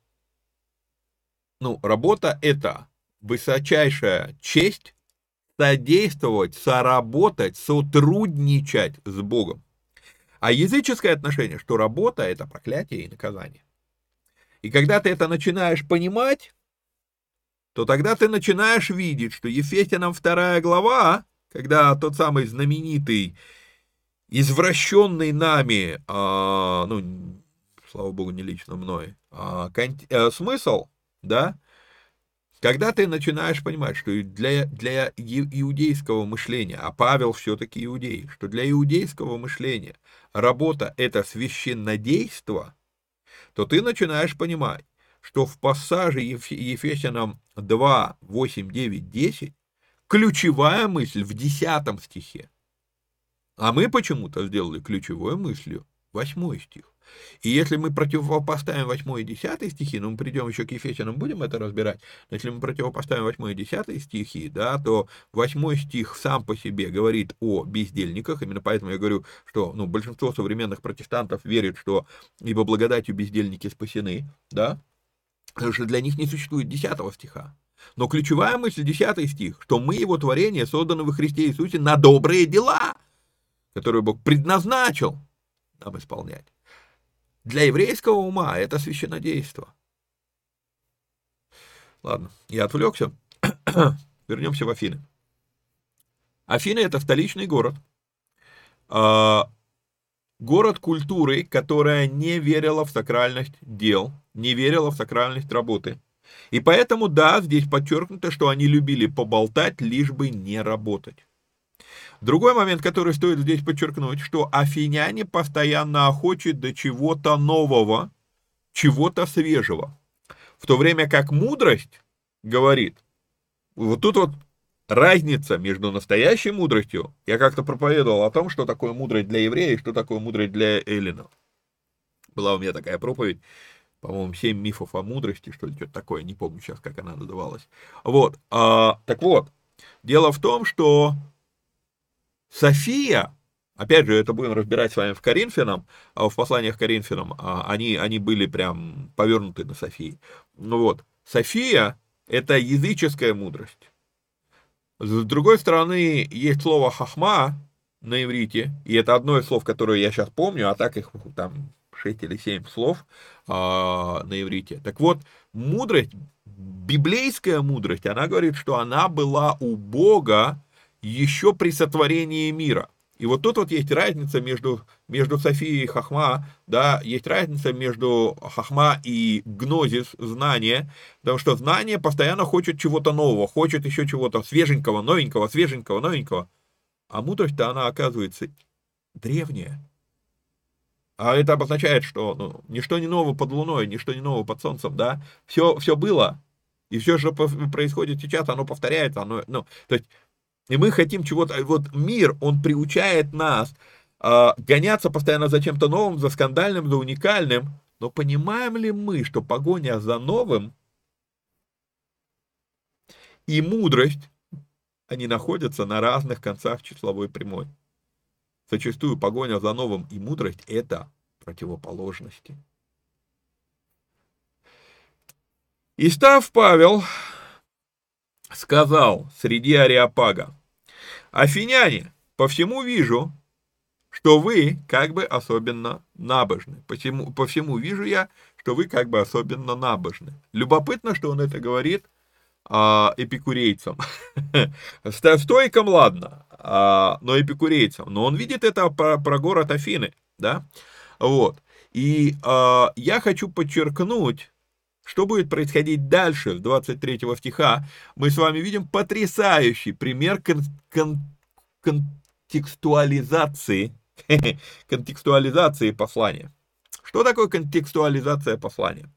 работа – это высочайшая честь содействовать, соработать, сотрудничать с Богом. А языческое отношение, что работа – это проклятие и наказание. И когда ты это начинаешь понимать, то тогда ты начинаешь видеть, что Ефесянам 2 глава, когда тот самый знаменитый, извращенный нами, слава Богу, не лично мной, смысл, да, когда ты начинаешь понимать, что для иудейского мышления, а Павел все-таки иудей, что для иудейского мышления работа – это священнодейство, то ты начинаешь понимать, что в пассаже Ефесянам 2, 8, 9, 10 ключевая мысль в 10 стихе. А мы почему-то сделали ключевой мыслью 8 стих. И если мы противопоставим 8 и 10 стихи, мы придем еще к Ефесянам, будем это разбирать, но если мы противопоставим 8 и 10 стихи, да, то 8 стих сам по себе говорит о бездельниках, именно поэтому я говорю, что большинство современных протестантов верит, что ибо благодатью бездельники спасены, да, потому что для них не существует 10 стиха. Но ключевая мысль 10 стих, что мы, его творение, созданы во Христе Иисусе на добрые дела, которые Бог предназначил нам исполнять. Для еврейского ума это священнодейство. Ладно, я отвлекся. Вернемся в Афины. Афины – это столичный город. Город культуры, которая не верила в сакральность дел, не верила в сакральность работы. И поэтому, да, здесь подчеркнуто, что они любили поболтать, лишь бы не работать. Другой момент, который стоит здесь подчеркнуть, что афиняне постоянно охочут до чего-то нового, чего-то свежего. В то время как мудрость говорит, вот тут вот разница между настоящей мудростью, я как-то проповедовал о том, что такое мудрость для евреев, что такое мудрость для эллинов. Была у меня такая проповедь, по-моему, 7 мифов о мудрости, что ли, что-то такое, не помню сейчас, как она называлась. Вот, так вот, дело в том, что София, опять же, это будем разбирать с вами в Коринфянам, в посланиях к Коринфянам, они были прям повернуты на Софии. Вот, София – это языческая мудрость. С другой стороны, есть слово «хахма» на иврите, и это одно из слов, которое я сейчас помню, а так их там 6 или 7 слов на иврите. Так вот, мудрость, библейская мудрость, она говорит, что она была у Бога еще при сотворении мира. И вот тут вот есть разница между Софией и Хахма, да, есть разница между Хахма и гнозис, знание, потому что знание постоянно хочет чего-то нового, хочет еще чего-то свеженького, новенького, свеженького, новенького. А мудрость-то она оказывается древняя. А это обозначает, что ничто не ново под луной, ничто не ново под солнцем, да, все было, И все, что происходит сейчас, оно повторяется, то есть, и мы хотим чего-то, вот мир, он приучает нас гоняться постоянно за чем-то новым, за скандальным, за уникальным, но понимаем ли мы, что погоня за новым и мудрость, они находятся на разных концах числовой прямой? Зачастую погоня за новым и мудрость – это противоположности. И став Павел сказал среди Ареопага: «Афиняне, по всему вижу, что вы как бы особенно набожны. По всему вижу я, что вы как бы особенно набожны». Любопытно, что он это говорит эпикурейцам. Стоикам ладно, но эпикурейцам. Но он видит это про город Афины, да? Вот. И я хочу подчеркнуть, что будет происходить дальше, с 23 стиха. Мы с вами видим потрясающий пример контекстуализации послания. Что такое контекстуализация послания?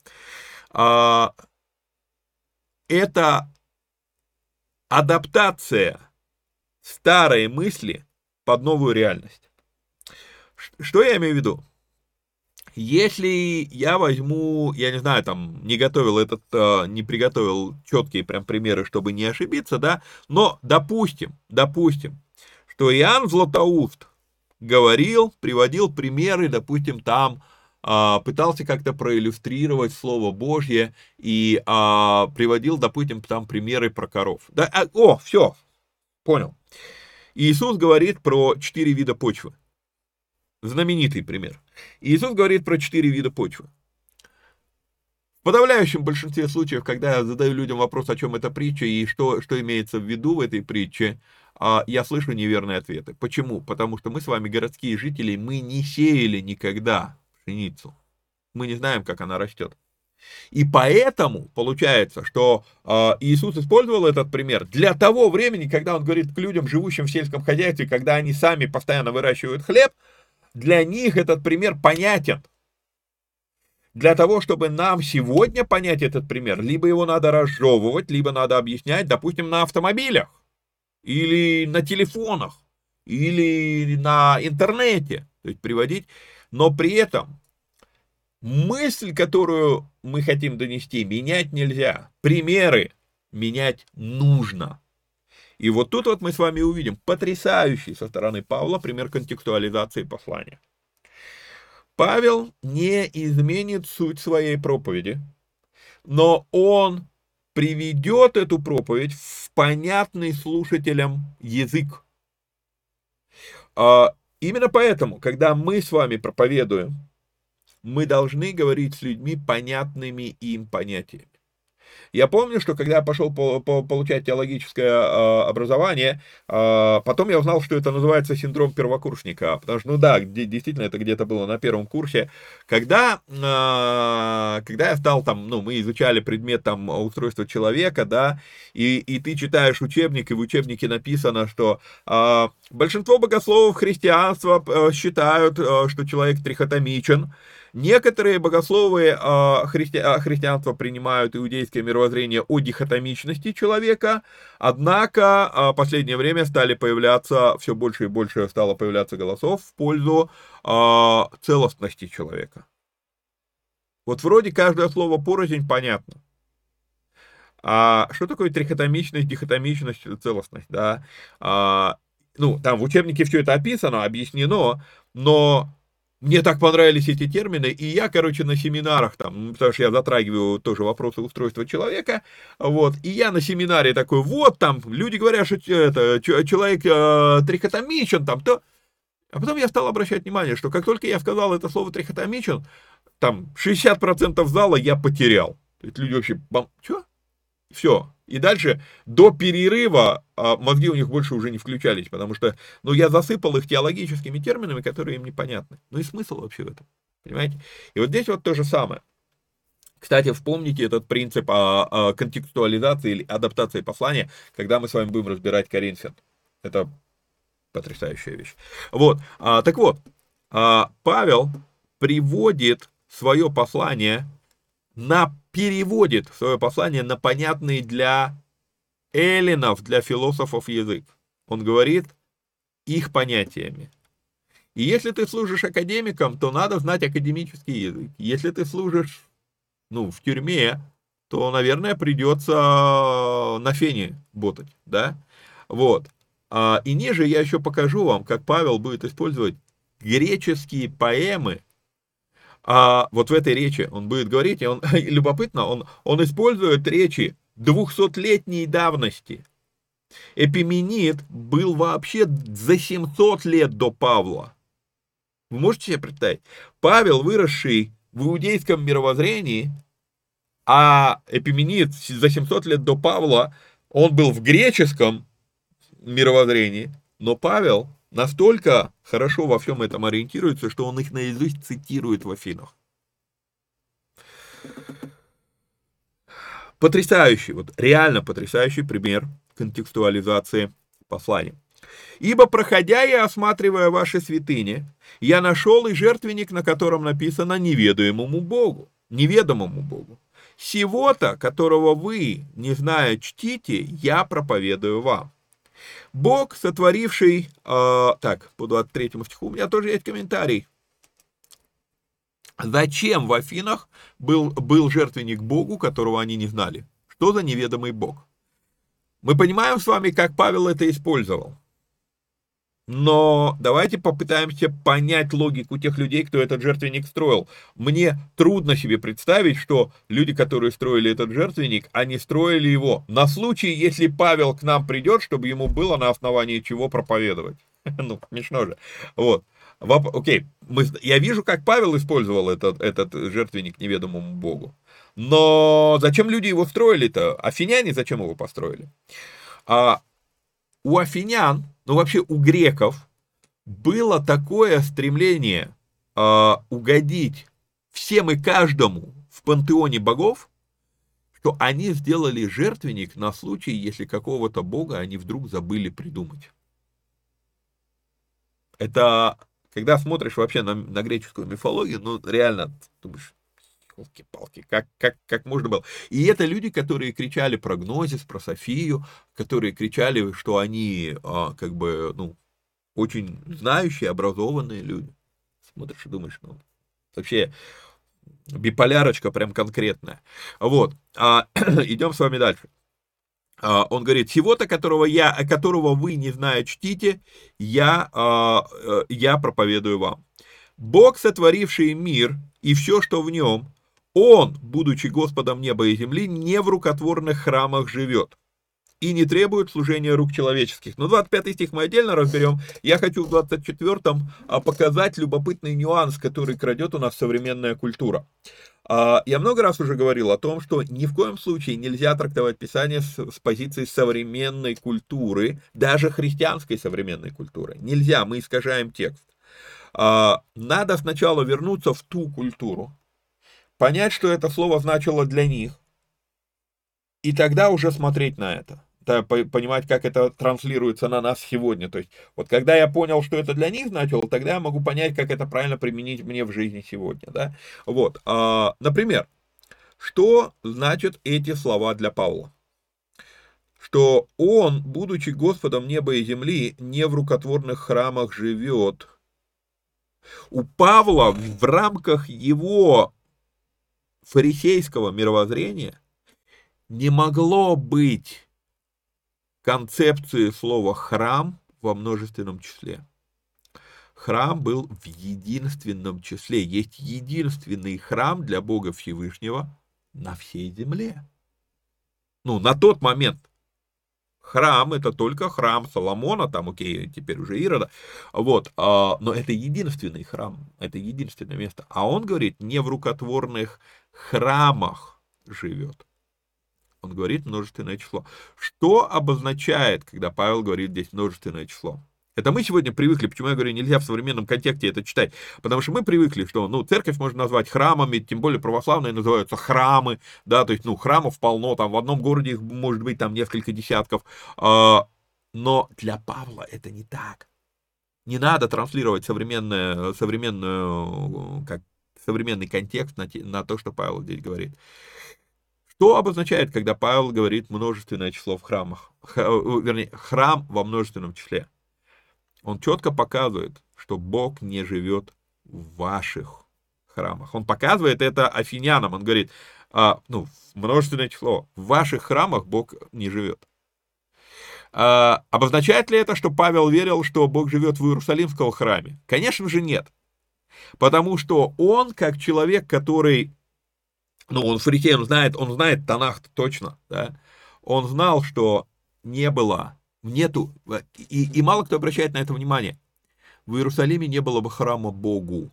Это адаптация старой мысли под новую реальность. Что я имею в виду? Если я возьму, я не знаю, там, не приготовил четкие прям примеры, чтобы не ошибиться, да, но допустим, что Иоанн Златоуст приводил примеры, допустим, там, пытался как-то проиллюстрировать Слово Божье и приводил, допустим, там примеры про коров. Да, все, понял. Иисус говорит про 4 вида почвы. Знаменитый пример. Иисус говорит про 4 вида почвы. В подавляющем большинстве случаев, когда я задаю людям вопрос, о чем эта притча и что имеется в виду в этой притче, я слышу неверные ответы. Почему? Потому что мы с вами, городские жители, мы не сеяли никогда пшеницу. Мы не знаем, как она растет. И поэтому получается, что Иисус использовал этот пример для того времени, когда он говорит к людям, живущим в сельском хозяйстве, когда они сами постоянно выращивают хлеб, для них этот пример понятен. Для того, чтобы нам сегодня понять этот пример, либо его надо разжевывать, либо надо объяснять, допустим, на автомобилях, или на телефонах, или на интернете, то есть приводить, но при этом мысль, которую мы хотим донести, менять нельзя, примеры менять нужно. И вот тут вот мы с вами увидим потрясающий со стороны Павла пример контекстуализации послания. Павел не изменит суть своей проповеди, но он приведет эту проповедь в понятный слушателям язык. Именно поэтому, когда мы с вами проповедуем, мы должны говорить с людьми понятными им понятиями. Я помню, что когда я пошел получать теологическое образование, потом я узнал, что это называется синдром первокурсника, потому что, действительно, это где-то было на первом курсе, когда я стал там, мы изучали предмет там устройства человека, да, и ты читаешь учебник, и в учебнике написано, что большинство богословов христианства считают, что человек трихотомичен. Некоторые богословы христианства принимают иудейское мировоззрение о дихотомичности человека, однако в последнее время все больше и больше стало появляться голосов в пользу целостности человека. Вот вроде каждое слово порознь понятно. А что такое трихотомичность, дихотомичность, целостность? Да? Там в учебнике все это описано, объяснено, но мне так понравились эти термины, и я, на семинарах, потому что я затрагиваю тоже вопросы устройства человека, и я на семинаре такой, люди говорят, что человек трихотомичен, а потом я стал обращать внимание, что как только я сказал это слово трихотомичен, 60% зала я потерял. То есть люди вообще, что? Все. И дальше до перерыва мозги у них больше уже не включались, потому что, я засыпал их теологическими терминами, которые им непонятны. И смысл вообще в этом, понимаете? И вот здесь вот то же самое. Кстати, вспомните этот принцип контекстуализации или адаптации послания, когда мы с вами будем разбирать Коринфян. Это потрясающая вещь. Павел приводит свое послание переводит свое послание на понятный для эллинов, для философов язык. Он говорит их понятиями. И если ты служишь академиком, то надо знать академический язык. Если ты служишь, в тюрьме, то, наверное, придется на фене ботать, да? Вот. И ниже я еще покажу вам, как Павел будет использовать греческие поэмы. Вот в этой речи он будет говорить, и он, любопытно, он использует речи 200-летней давности. Эпименид был вообще за 700 лет до Павла. Вы можете себе представить? Павел, выросший в иудейском мировоззрении, а Эпименид за 700 лет до Павла, он был в греческом мировоззрении, но Павел настолько хорошо во всем этом ориентируется, что он их наизусть цитирует в Афинах. Потрясающий, реально потрясающий пример контекстуализации послания. «Ибо, проходя и осматривая ваши святыни, я нашел и жертвенник, на котором написано неведомому Богу. Сего-то, которого вы, не зная, чтите, я проповедую вам. Бог, сотворивший...» по 23 стиху у меня тоже есть комментарий. Зачем в Афинах был жертвенник Богу, которого они не знали? Что за неведомый Бог? Мы понимаем с вами, как Павел это использовал. Но давайте попытаемся понять логику тех людей, кто этот жертвенник строил. Мне трудно себе представить, что люди, которые строили этот жертвенник, они строили его на случай, если Павел к нам придет, чтобы ему было на основании чего проповедовать. Смешно же. Окей, я вижу, как Павел использовал этот жертвенник неведомому Богу. Но зачем люди его строили-то? Афиняне зачем его построили? У афинян, вообще у греков, было такое стремление угодить всем и каждому в пантеоне богов, что они сделали жертвенник на случай, если какого-то бога они вдруг забыли придумать. Это, когда смотришь вообще на греческую мифологию, реально, думаешь, елки-палки, как можно было. И это люди, которые кричали про Гнозис, про Софию, которые кричали, что они, очень знающие, образованные люди. Смотришь и думаешь, вообще биполярочка прям конкретная. Идем с вами дальше. Он говорит, сего-то, которого вы, не зная, чтите, я проповедую вам. Бог, сотворивший мир и все, что в нем, Он, будучи Господом неба и земли, не в рукотворных храмах живет и не требует служения рук человеческих. 25 стих мы отдельно разберем. Я хочу в 24-м показать любопытный нюанс, который крадет у нас современная культура. Я много раз уже говорил о том, что ни в коем случае нельзя трактовать Писание с позиции современной культуры, даже христианской современной культуры. Нельзя, мы искажаем текст. Надо сначала вернуться в ту культуру, понять, что это слово значило для них, и тогда уже смотреть на это. Понимать, как это транслируется на нас сегодня. То есть, когда я понял, что это для них значило, тогда я могу понять, как это правильно применить мне в жизни сегодня. Да? Например, что значат эти слова для Павла? Что он, будучи Господом неба и земли, не в рукотворных храмах живет. У Павла в рамках его фарисейского мировоззрения не могло быть концепции слова «храм» во множественном числе. Храм был в единственном числе. Есть единственный храм для Бога Всевышнего на всей земле. На тот момент. Храм — это только храм Соломона, теперь уже Ирода. Но это единственный храм, это единственное место. А он говорит, не в рукотворных храмах живет. Он говорит множественное число. Что обозначает, когда Павел говорит здесь множественное число? Это мы сегодня привыкли, почему я говорю, нельзя в современном контексте это читать, потому что мы привыкли, что, церковь можно назвать храмами, тем более православные называются храмы, да, то есть, храмов полно, в одном городе их может быть несколько десятков, но для Павла это не так. Не надо транслировать современную современный контекст на то, что Павел здесь говорит. Что обозначает, когда Павел говорит множественное число в храмах? Вернее, храм во множественном числе. Он четко показывает, что Бог не живет в ваших храмах. Он показывает это афинянам. Он говорит, множественное число. В ваших храмах Бог не живет. Обозначает ли это, что Павел верил, что Бог живет в Иерусалимском храме? Конечно же нет. Потому что он, как человек, который, он фарисей, он знает Танах точно, да? Он знал, что нету, и мало кто обращает на это внимание, в Иерусалиме не было бы храма Богу.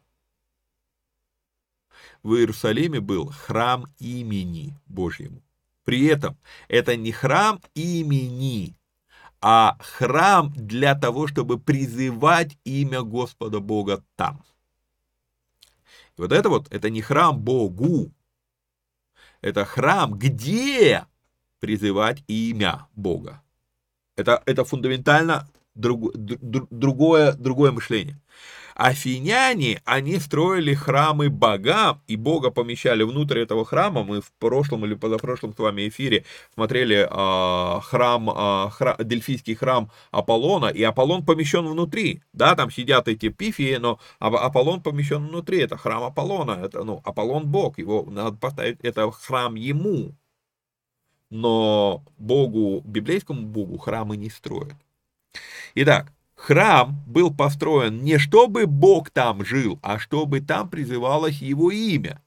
В Иерусалиме был храм имени Божьему. При этом это не храм имени, а храм для того, чтобы призывать имя Господа Бога там. И это не храм Богу, это храм, где призывать имя Бога. Это фундаментально другое мышление. Афиняне, они строили храмы богам, и Бога помещали внутрь этого храма. Мы в прошлом или позапрошлом с вами эфире смотрели Дельфийский храм Аполлона, и Аполлон помещен внутри. Да, там сидят эти пифии, но Аполлон помещен внутри. Это храм Аполлона, это, Аполлон Бог, его надо поставить, это храм ему. Но Богу, библейскому Богу, храмы не строят. Итак, храм был построен не чтобы Бог там жил, а чтобы там призывалось его имя.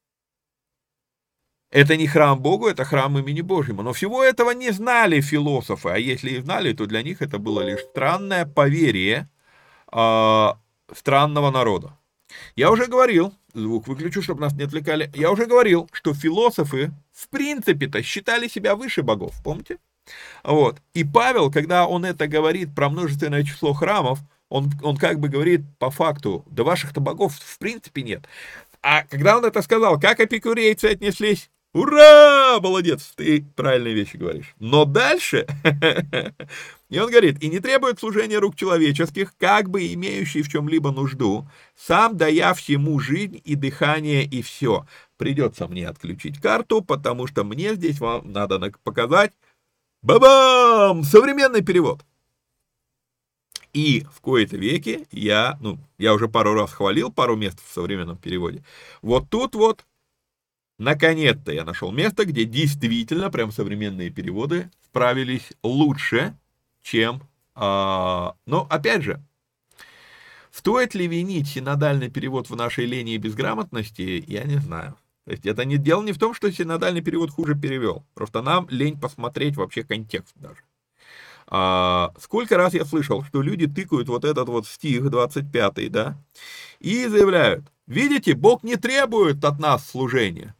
Это не храм Богу, это храм имени Божьему. Но всего этого не знали философы, а если и знали, то для них это было лишь странное поверье странного народа. Я уже говорил, звук выключу, чтобы нас не отвлекали, я уже говорил, что философы в принципе-то считали себя выше богов, помните? И Павел, когда он это говорит про множественное число храмов, он как бы говорит по факту, да ваших-то богов в принципе нет. А когда он это сказал, как эпикурейцы отнеслись? Ура! Молодец, ты правильные вещи говоришь. Но дальше, и он говорит, и не требует служения рук человеческих, как бы имеющий в чем-либо нужду, сам дая всему жизнь и дыхание и все. Придется мне отключить карту, потому что мне здесь вам надо показать, бабам! Современный перевод. И в кои-то веки я уже пару раз хвалил пару мест в современном переводе. Вот тут наконец-то я нашел место, где действительно прям современные переводы справились лучше, чем... Но опять же, стоит ли винить синодальный перевод в нашей лени и безграмотности, я не знаю. То есть это дело не в том, что синодальный перевод хуже перевел. Просто нам лень посмотреть вообще контекст даже. Сколько раз я слышал, что люди тыкают этот стих 25, да, и заявляют, видите, Бог не требует от нас служения.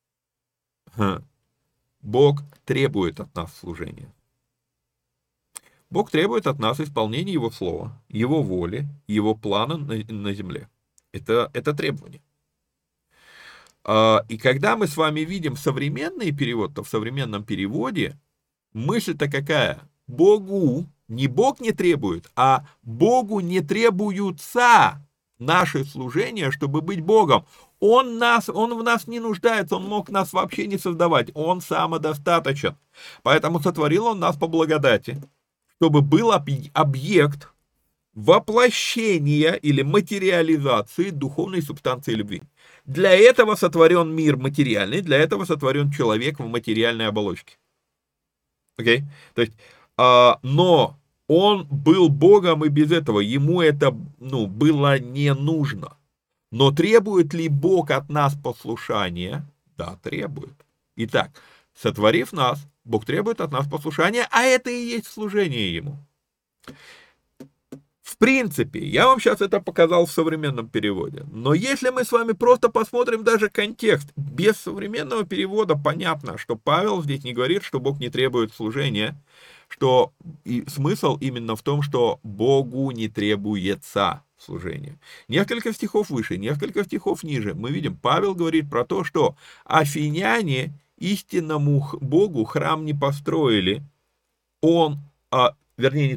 Бог требует от нас служения. Бог требует от нас исполнения Его слова, Его воли, Его плана на земле. Это требование. И когда мы с вами видим современный перевод, то в современном переводе мысль-то какая? Богу, не Бог не требует, а Богу не требуются наши служения, чтобы быть Богом. Он в нас не нуждается, Он мог нас вообще не создавать, Он самодостаточен. Поэтому сотворил Он нас по благодати, чтобы был объект воплощения или материализации духовной субстанции любви. Для этого сотворен мир материальный, для этого сотворен человек в материальной оболочке. Окей? То есть, но он был Богом и без этого, ему это было не нужно. Но требует ли Бог от нас послушания? Да, требует. Итак, сотворив нас, Бог требует от нас послушания, а это и есть служение Ему. В принципе, я вам сейчас это показал в современном переводе, но если мы с вами просто посмотрим даже контекст, без современного перевода понятно, что Павел здесь не говорит, что Бог не требует служения, что и смысл именно в том, что Богу не требуется служение. Несколько стихов выше, несколько стихов ниже мы видим, Павел говорит про то, что афиняне истинному Богу храм не построили,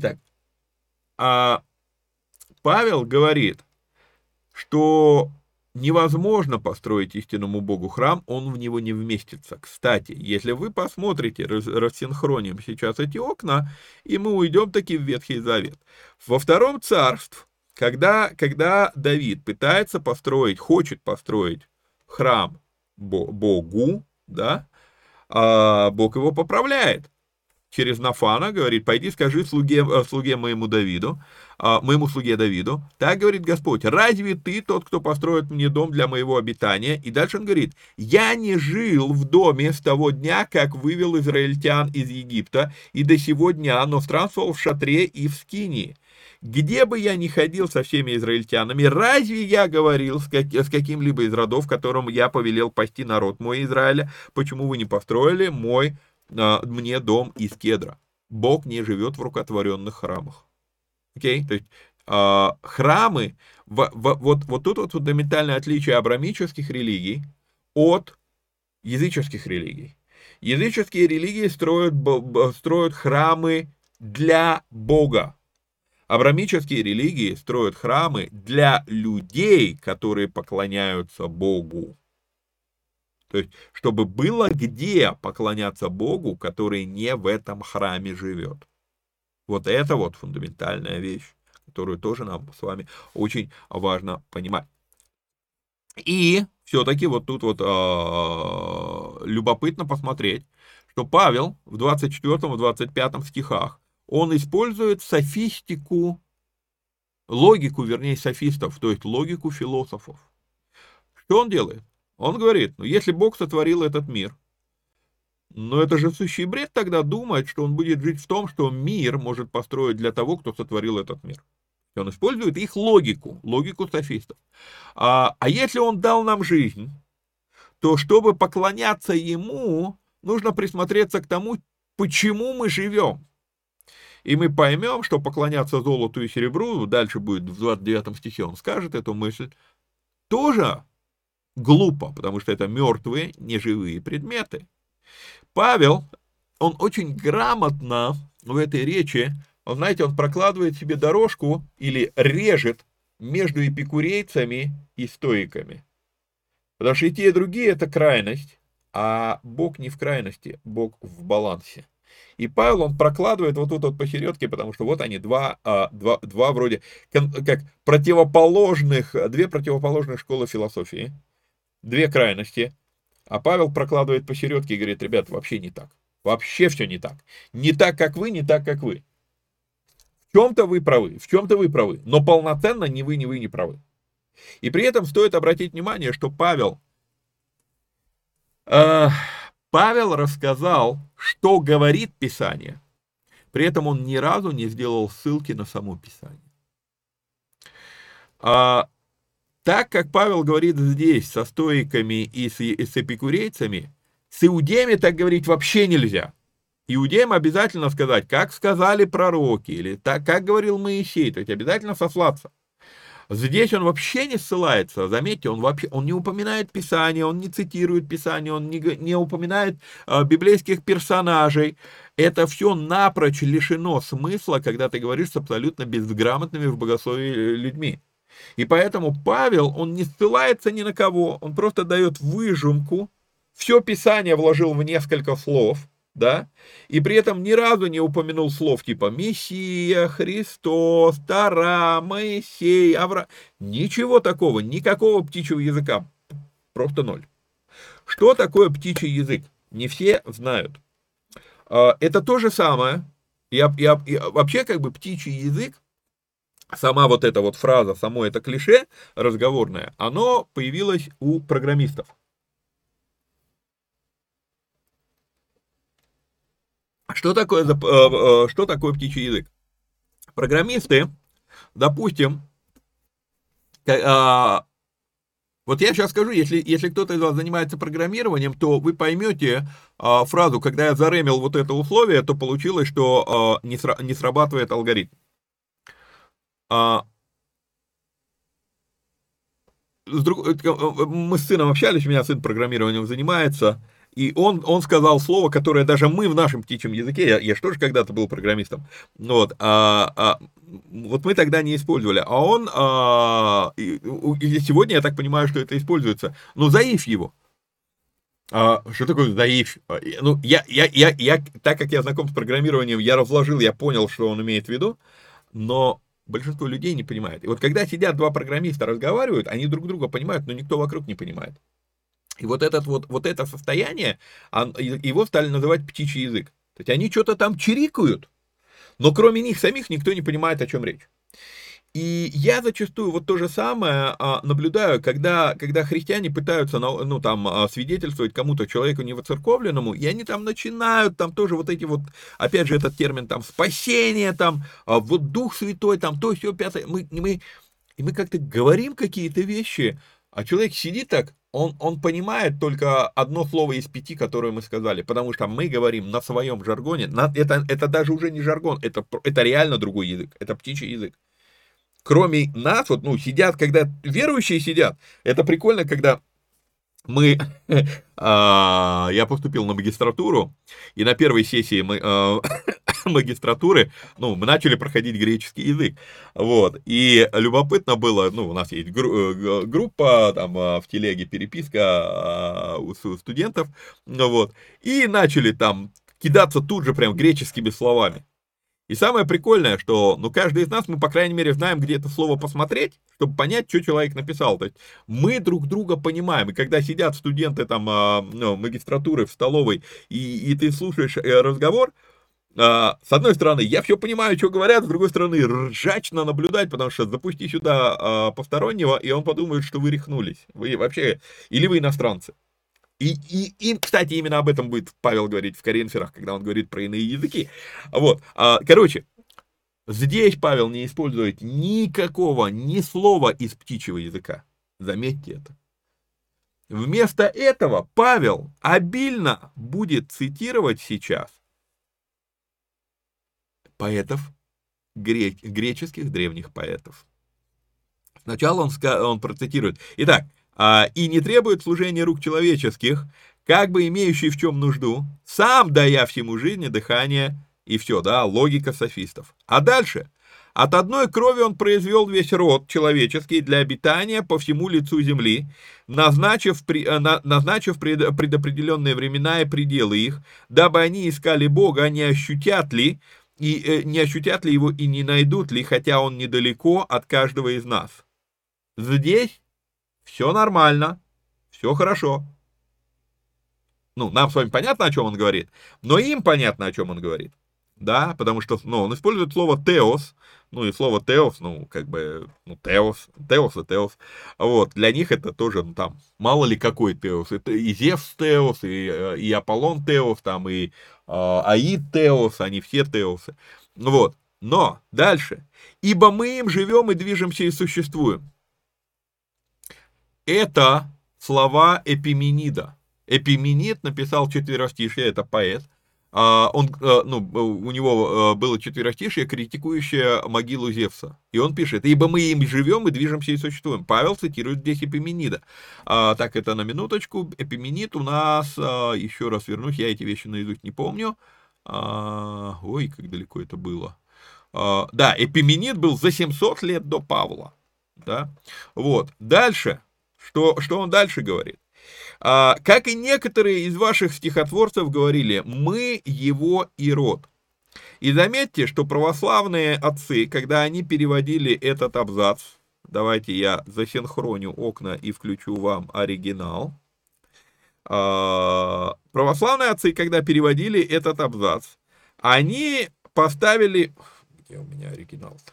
Павел говорит, что невозможно построить истинному Богу храм, он в него не вместится. Кстати, если вы посмотрите, рассинхроним сейчас эти окна, и мы уйдем таки в Ветхий Завет. Во Втором Царстве, когда Давид пытается построить, хочет построить храм Богу, да, Бог его поправляет. Через Нафана говорит: пойди скажи слуге моему Давиду, моему слуге Давиду, так говорит Господь: разве ты тот, кто построит мне дом для моего обитания? И дальше он говорит: я не жил в доме с того дня, как вывел израильтян из Египта, и до сего дня, но странствовал в шатре и в скинии. Где бы я ни ходил со всеми израильтянами, разве я говорил с каким-либо из родов, которым я повелел пасти народ мой Израиля, почему вы не построили мне дом из кедра? Бог не живет в рукотворенных храмах. Окей? То есть храмы, вот тут вот фундаментальное отличие абрамических религий от языческих религий. Языческие религии строят храмы для Бога. Абрамические религии строят храмы для людей, которые поклоняются Богу. То есть, чтобы было где поклоняться Богу, который не в этом храме живет. Вот это вот фундаментальная вещь, которую тоже нам с вами очень важно понимать. И все-таки вот тут вот любопытно посмотреть, что Павел в 24-25 стихах, он использует софистику, логику, вернее, софистов, то есть логику философов. Что он делает? Он говорит: ну, если Бог сотворил этот мир, но это же сущий бред тогда думать, что он будет жить в том, что мир может построить для того, кто сотворил этот мир. И он использует их логику софистов. А если он дал нам жизнь, то чтобы поклоняться ему, нужно присмотреться к тому, почему мы живем. И мы поймем, что поклоняться золоту и серебру, дальше будет в 29 стихе он скажет эту мысль, тоже глупо, потому что это мертвые, неживые предметы. Павел, он очень грамотно в этой речи, он, знаете, он прокладывает себе дорожку или режет между эпикурейцами и стоиками. Потому что и те, и другие — это крайность, а Бог не в крайности, Бог в балансе. И Павел, он прокладывает вот тут вот посередке, потому что вот они два вроде как две противоположных школы философии, две крайности. А Павел прокладывает посередке и говорит: ребята, вообще не так. Вообще все не так. Не так, как вы, не так, как вы. В чем-то вы правы, но полноценно ни вы не правы. И при этом стоит обратить внимание, что Павел рассказал, что говорит Писание, при этом он ни разу не сделал ссылки на само Писание. Так как Павел говорит здесь со стоиками и с эпикурейцами, с иудеями так говорить вообще нельзя. Иудеям обязательно сказать, как сказали пророки, или так, как говорил Моисей, то есть обязательно сослаться. Здесь он вообще не ссылается, заметьте, он не упоминает Писание, он не цитирует Писание, он не упоминает библейских персонажей. Это все напрочь лишено смысла, когда ты говоришь с абсолютно безграмотными в богословии людьми. И поэтому Павел, он не ссылается ни на кого, он просто дает выжимку, все Писание вложил в несколько слов, да, и при этом ни разу не упомянул слов типа Мессия, Христос, Тора, Моисей, Авраам. Ничего такого, никакого птичьего языка, просто ноль. Что такое птичий язык? Не все знают. Это то же самое, вообще как бы птичий язык, сама вот эта вот фраза, само это клише разговорное, оно появилось у программистов. Что такое птичий язык? Программисты, допустим, вот я сейчас скажу, если кто-то из вас занимается программированием, то вы поймете фразу: когда я зарэмил вот это условие, то получилось, что не срабатывает алгоритм. Мы с сыном общались, у меня сын программированием занимается, И он сказал слово, которое даже мы в нашем птичьем языке, я же тоже когда-то был программистом, вот, вот мы тогда не использовали, а он, и сегодня я так понимаю, что это используется, ну, заиф его. Что такое заиф? Ну, так как я знаком с программированием, я разложил, я понял, что он имеет в виду, но большинство людей не понимает. И вот когда сидят два программиста, разговаривают, они друг друга понимают, но никто вокруг не понимает. И вот это состояние, его стали называть птичий язык. То есть они что-то там чирикают, но кроме них самих никто не понимает, о чем речь. И я зачастую вот то же самое наблюдаю, когда христиане пытаются, ну, там, свидетельствовать кому-то, человеку невоцерковленному, и они там начинают, там тоже вот эти вот, опять же, этот термин, там, спасение, там, вот Дух Святой, там, то, все, пятое, и мы как-то говорим какие-то вещи, а человек сидит так, он понимает только одно слово из 5, которое мы сказали, потому что мы говорим на своем жаргоне, это даже уже не жаргон, это реально другой язык, это птичий язык. Кроме нас, вот, ну, сидят, когда верующие сидят, это прикольно, когда я поступил на магистратуру, и на первой сессии магистратуры, ну, мы начали проходить греческий язык, вот, и любопытно было, ну, у нас есть группа, там, в телеге переписка у студентов, вот, и начали там кидаться тут же прям греческими словами. И самое прикольное, что, ну, каждый из нас, мы, по крайней мере, знаем, где это слово посмотреть, чтобы понять, что человек написал. То есть мы друг друга понимаем. И когда сидят студенты там, ну, магистратуры в столовой, и ты слушаешь разговор, с одной стороны, я все понимаю, что говорят, с другой стороны, ржачно наблюдать, потому что запусти сюда постороннего, и он подумает, что вы рехнулись. Вы вообще, или вы иностранцы. И, кстати, именно об этом будет Павел говорить в Коринфянах, когда он говорит про иные языки. Вот, короче, здесь Павел не использует ни слова из птичьего языка. Заметьте это. Вместо этого Павел обильно будет цитировать сейчас поэтов, греческих древних поэтов. Сначала он процитирует. Итак, «И не требует служения рук человеческих, как бы имеющий в чем нужду, сам дая всему жизни, дыхание», и все, да, логика софистов. А дальше. «От одной крови он произвел весь род человеческий для обитания по всему лицу земли, назначив предопределенные времена и пределы их, дабы они искали Бога, не ощутят ли его и не найдут ли, хотя он недалеко от каждого из нас». Здесь все нормально, все хорошо. Ну, нам с вами понятно, о чем он говорит, но им понятно, о чем он говорит. Да, потому что, ну, он использует слово «теос», ну, и слово «теос», ну, как бы, ну, «теос» и «теос». Вот, для них это тоже, ну, там, мало ли какой «теос». Это и Зевс «теос», и Аполлон «теос», там, и Аид «теос», они все «теосы». Вот, но дальше. «Ибо мы им живем и движемся и существуем». Это слова Эпименида. Эпименид написал четверостишье, это поэт. У него было четверостишье, критикующее могилу Зевса. И он пишет: «Ибо мы им живем и движемся и существуем». Павел цитирует здесь Эпименида. Так, это на минуточку. Эпименид у нас, еще раз вернусь, я эти вещи наизусть не помню. Ой, как далеко это было. Да, Эпименид был за 700 лет до Павла. Да? Вот. Дальше. Что он дальше говорит? Как и некоторые из ваших стихотворцев говорили, мы его и род. И заметьте, что православные отцы, когда они переводили этот абзац, давайте я засинхроню окна и включу вам оригинал. Православные отцы, когда переводили этот абзац, они поставили... Где у меня оригинал-то?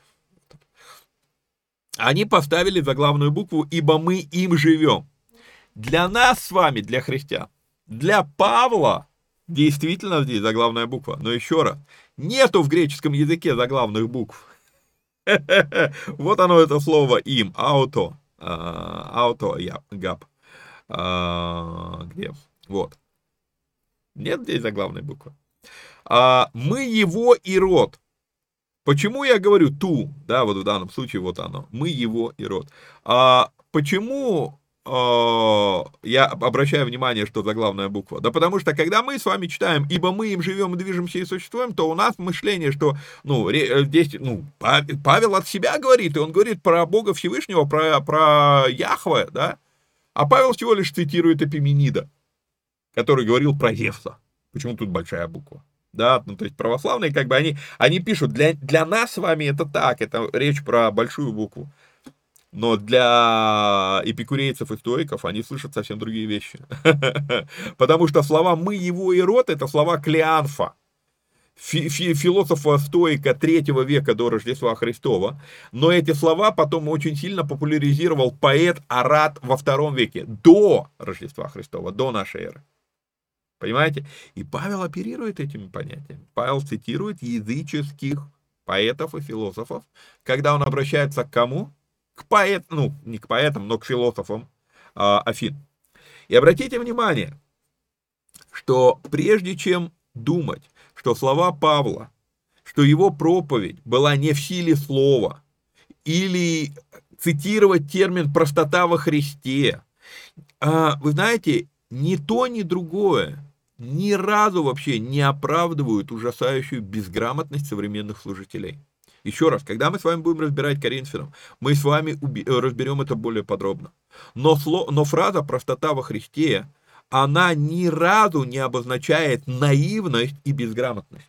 Они поставили заглавную букву «Ибо мы им живем». Для нас с вами, для христиан, для Павла действительно здесь заглавная буква. Но еще раз, нету в греческом языке заглавных букв. Вот оно, это слово «им», «ауто», «габ». Где? Вот. Нет здесь заглавной буквы. Мы его и род. Почему я говорю «ту», да, вот в данном случае вот оно, мы его и род. Почему я обращаю внимание, что заглавная буква? Да потому что, когда мы с вами читаем, ибо мы им живем и движемся и существуем, то у нас мышление, что, здесь, Павел от себя говорит, и он говорит про Бога Всевышнего, про Яхве, да? А Павел всего лишь цитирует Эпименида, который говорил про Зевса. Почему тут большая буква? Да, то есть православные, они пишут, для нас с вами это так, это речь про большую букву. Но для эпикурейцев и стоиков они слышат совсем другие вещи. Потому что слова «мы, его и род» — это слова Клеанфа, философа-стоика 3 века до Рождества Христова. Но эти слова потом очень сильно популяризировал поэт Арат во 2 веке, до Рождества Христова, до нашей эры. Понимаете? И Павел оперирует этими понятиями. Павел цитирует языческих поэтов и философов, когда он обращается к кому? К поэтам, не к поэтам, но к философам Афин. И обратите внимание, что прежде чем думать, что слова Павла, что его проповедь была не в силе слова, или цитировать термин «простота во Христе», вы знаете, ни то, ни другое ни разу вообще не оправдывают ужасающую безграмотность современных служителей. Еще раз, когда мы с вами будем разбирать Коринфянам, мы с вами разберем это более подробно. Но фраза «простота во Христе», она ни разу не обозначает наивность и безграмотность.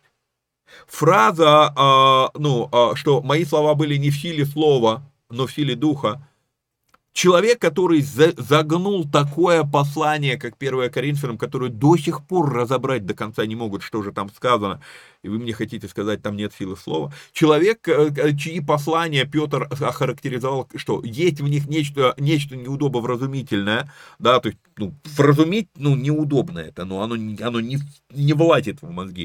Фраза, что мои слова были не в силе слова, но в силе духа, человек, который загнул такое послание, как 1 Коринфянам, которое до сих пор разобрать до конца не могут, что же там сказано, и вы мне хотите сказать, там нет силы слова. Человек, чьи послания Петр охарактеризовал, что есть в них нечто неудобовразумительное, да, то есть, вразумить, неудобно это, но оно не влазит в мозги.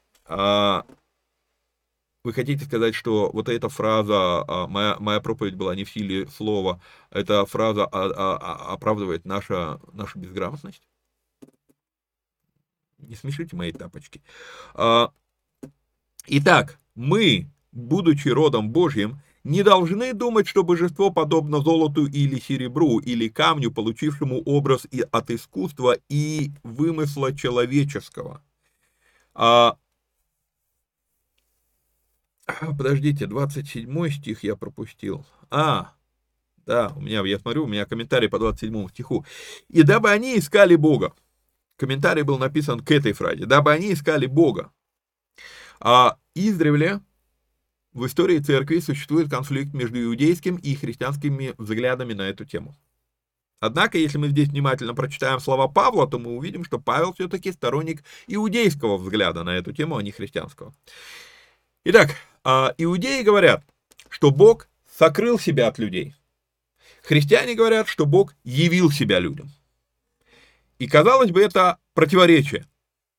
Вы хотите сказать, что вот эта фраза «моя проповедь была не в силе слова», эта фраза оправдывает нашу безграмотность? Не смешите мои тапочки. Итак, мы, будучи родом Божьим, не должны думать, что божество подобно золоту или серебру, или камню, получившему образ от искусства и вымысла человеческого. Подождите, 27 стих я пропустил. Да, я смотрю, у меня комментарий по 27 стиху. «И дабы они искали Бога». Комментарий был написан к этой фразе. «Дабы они искали Бога». Издревле в истории церкви существует конфликт между иудейским и христианскими взглядами на эту тему. Однако, если мы здесь внимательно прочитаем слова Павла, то мы увидим, что Павел все-таки сторонник иудейского взгляда на эту тему, а не христианского. Итак, иудеи говорят, что Бог сокрыл себя от людей. Христиане говорят, что Бог явил себя людям. И, казалось бы, это противоречие.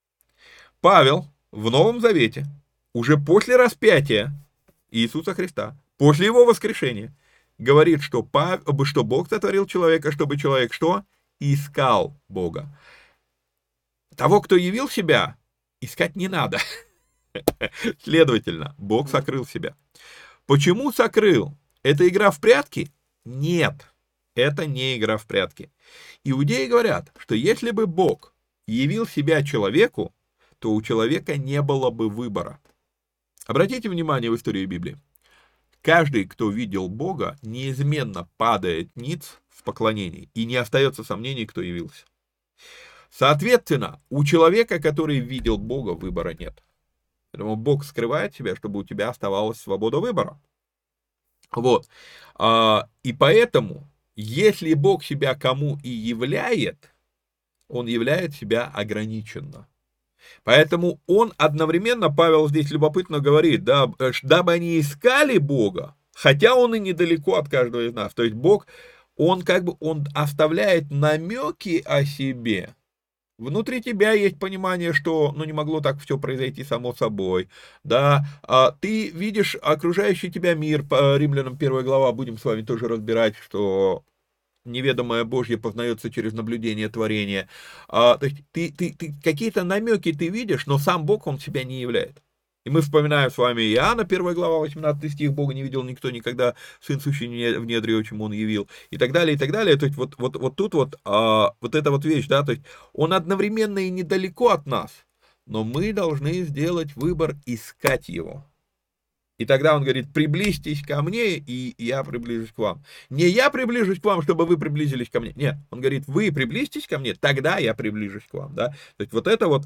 Павел в Новом Завете, уже после распятия Иисуса Христа, после его воскрешения, говорит, что Бог сотворил человека, чтобы человек что? Искал Бога. Того, кто явил себя, искать не надо. Следовательно, Бог сокрыл себя. Почему сокрыл? Это игра в прятки? Нет, это не игра в прятки. Иудеи говорят, что если бы Бог явил себя человеку, то у человека не было бы выбора. Обратите внимание в историю Библии. Каждый, кто видел Бога, неизменно падает ниц в поклонении, и не остается сомнений, кто явился. Соответственно, у человека, который видел Бога, выбора нет. Поэтому Бог скрывает себя, чтобы у тебя оставалась свобода выбора. Вот. И поэтому, если Бог себя кому и являет, Он являет себя ограниченно. Поэтому он одновременно, Павел здесь любопытно говорит, дабы они искали Бога, хотя Он и недалеко от каждого из нас. То есть Бог, Он оставляет намеки о себе. Внутри тебя есть понимание, что не могло так все произойти само собой. Да, ты видишь окружающий тебя мир, по Римлянам 1 глава, будем с вами тоже разбирать, что неведомое Божье познается через наблюдение творения. То есть ты какие-то намеки ты видишь, но сам Бог, Он себя не являет. И мы вспоминаем с вами Иоанна, 1 глава, 18 стих, Бога не видел никто никогда, Сын сущий в недре, чему Он явил, и так далее, и так далее. То есть вот тут вот эта вот вещь, да, то есть Он одновременно и недалеко от нас, но мы должны сделать выбор искать Его. И тогда он говорит, приблизьтесь ко мне, и я приближусь к вам. Не я приближусь к вам, чтобы вы приблизились ко мне. Нет, он говорит, вы приблизьтесь ко мне, тогда я приближусь к вам. Да? То есть вот это вот,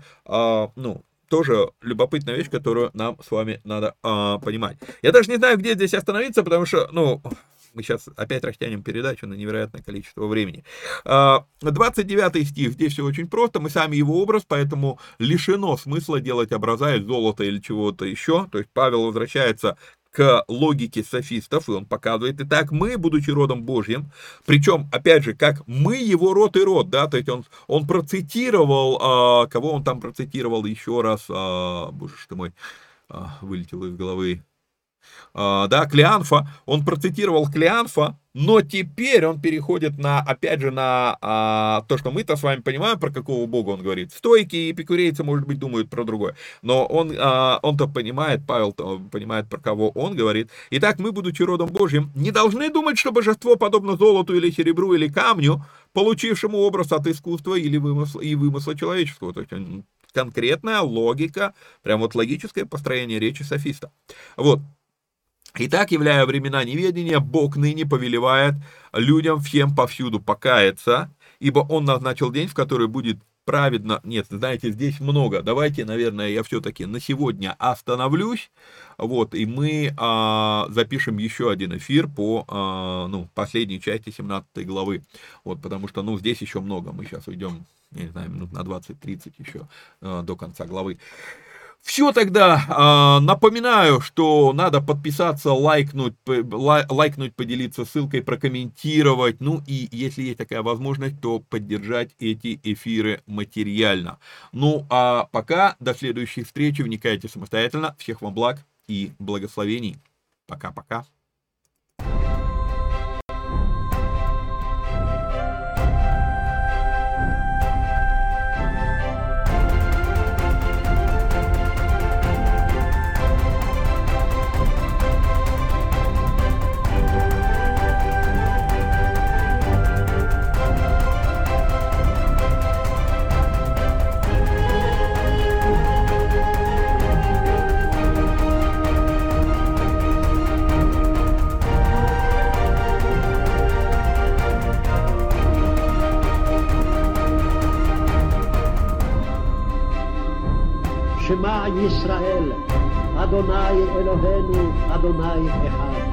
тоже любопытная вещь, которую нам с вами надо понимать. Я даже не знаю, где здесь остановиться, потому что, мы сейчас опять растянем передачу на невероятное количество времени. 29 стих, здесь все очень просто, мы сами его образ, поэтому лишено смысла делать образа из золота или чего-то еще. То есть Павел возвращается к логике софистов, и он показывает, итак, мы, будучи родом Божьим, причем, опять же, как мы его род и род, да, то есть он процитировал, кого он там процитировал еще раз, боже ты мой, вылетело из головы, да, Клеанфа, он процитировал Клеанфа, но теперь он переходит опять же, на то, что мы-то с вами понимаем, про какого бога он говорит. Стойки и эпикурейцы, может быть, думают про другое, но он-то понимает, Павел-то понимает, про кого он говорит. Итак, мы, будучи родом Божьим, не должны думать, что божество подобно золоту или серебру или камню, получившему образ от искусства или вымысла человеческого. То есть конкретная логика, прям вот логическое построение речи софиста. Вот. Итак, являя времена неведения, Бог ныне повелевает людям всем повсюду покаяться, ибо Он назначил день, в который будет праведно... Нет, знаете, здесь много. Давайте, наверное, я все-таки на сегодня остановлюсь, вот, и мы запишем еще один эфир по последней части 17 главы, вот, потому что, здесь еще много. Мы сейчас уйдем, я не знаю, минут на 20-30 еще до конца главы. Все тогда, напоминаю, что надо подписаться, лайкнуть, поделиться ссылкой, прокомментировать, и если есть такая возможность, то поддержать эти эфиры материально. А пока, до следующей встречи, вникайте самостоятельно, всех вам благ и благословений. Пока-пока. שמע ישראל, אדוני אלוהינו, אדוני אחד.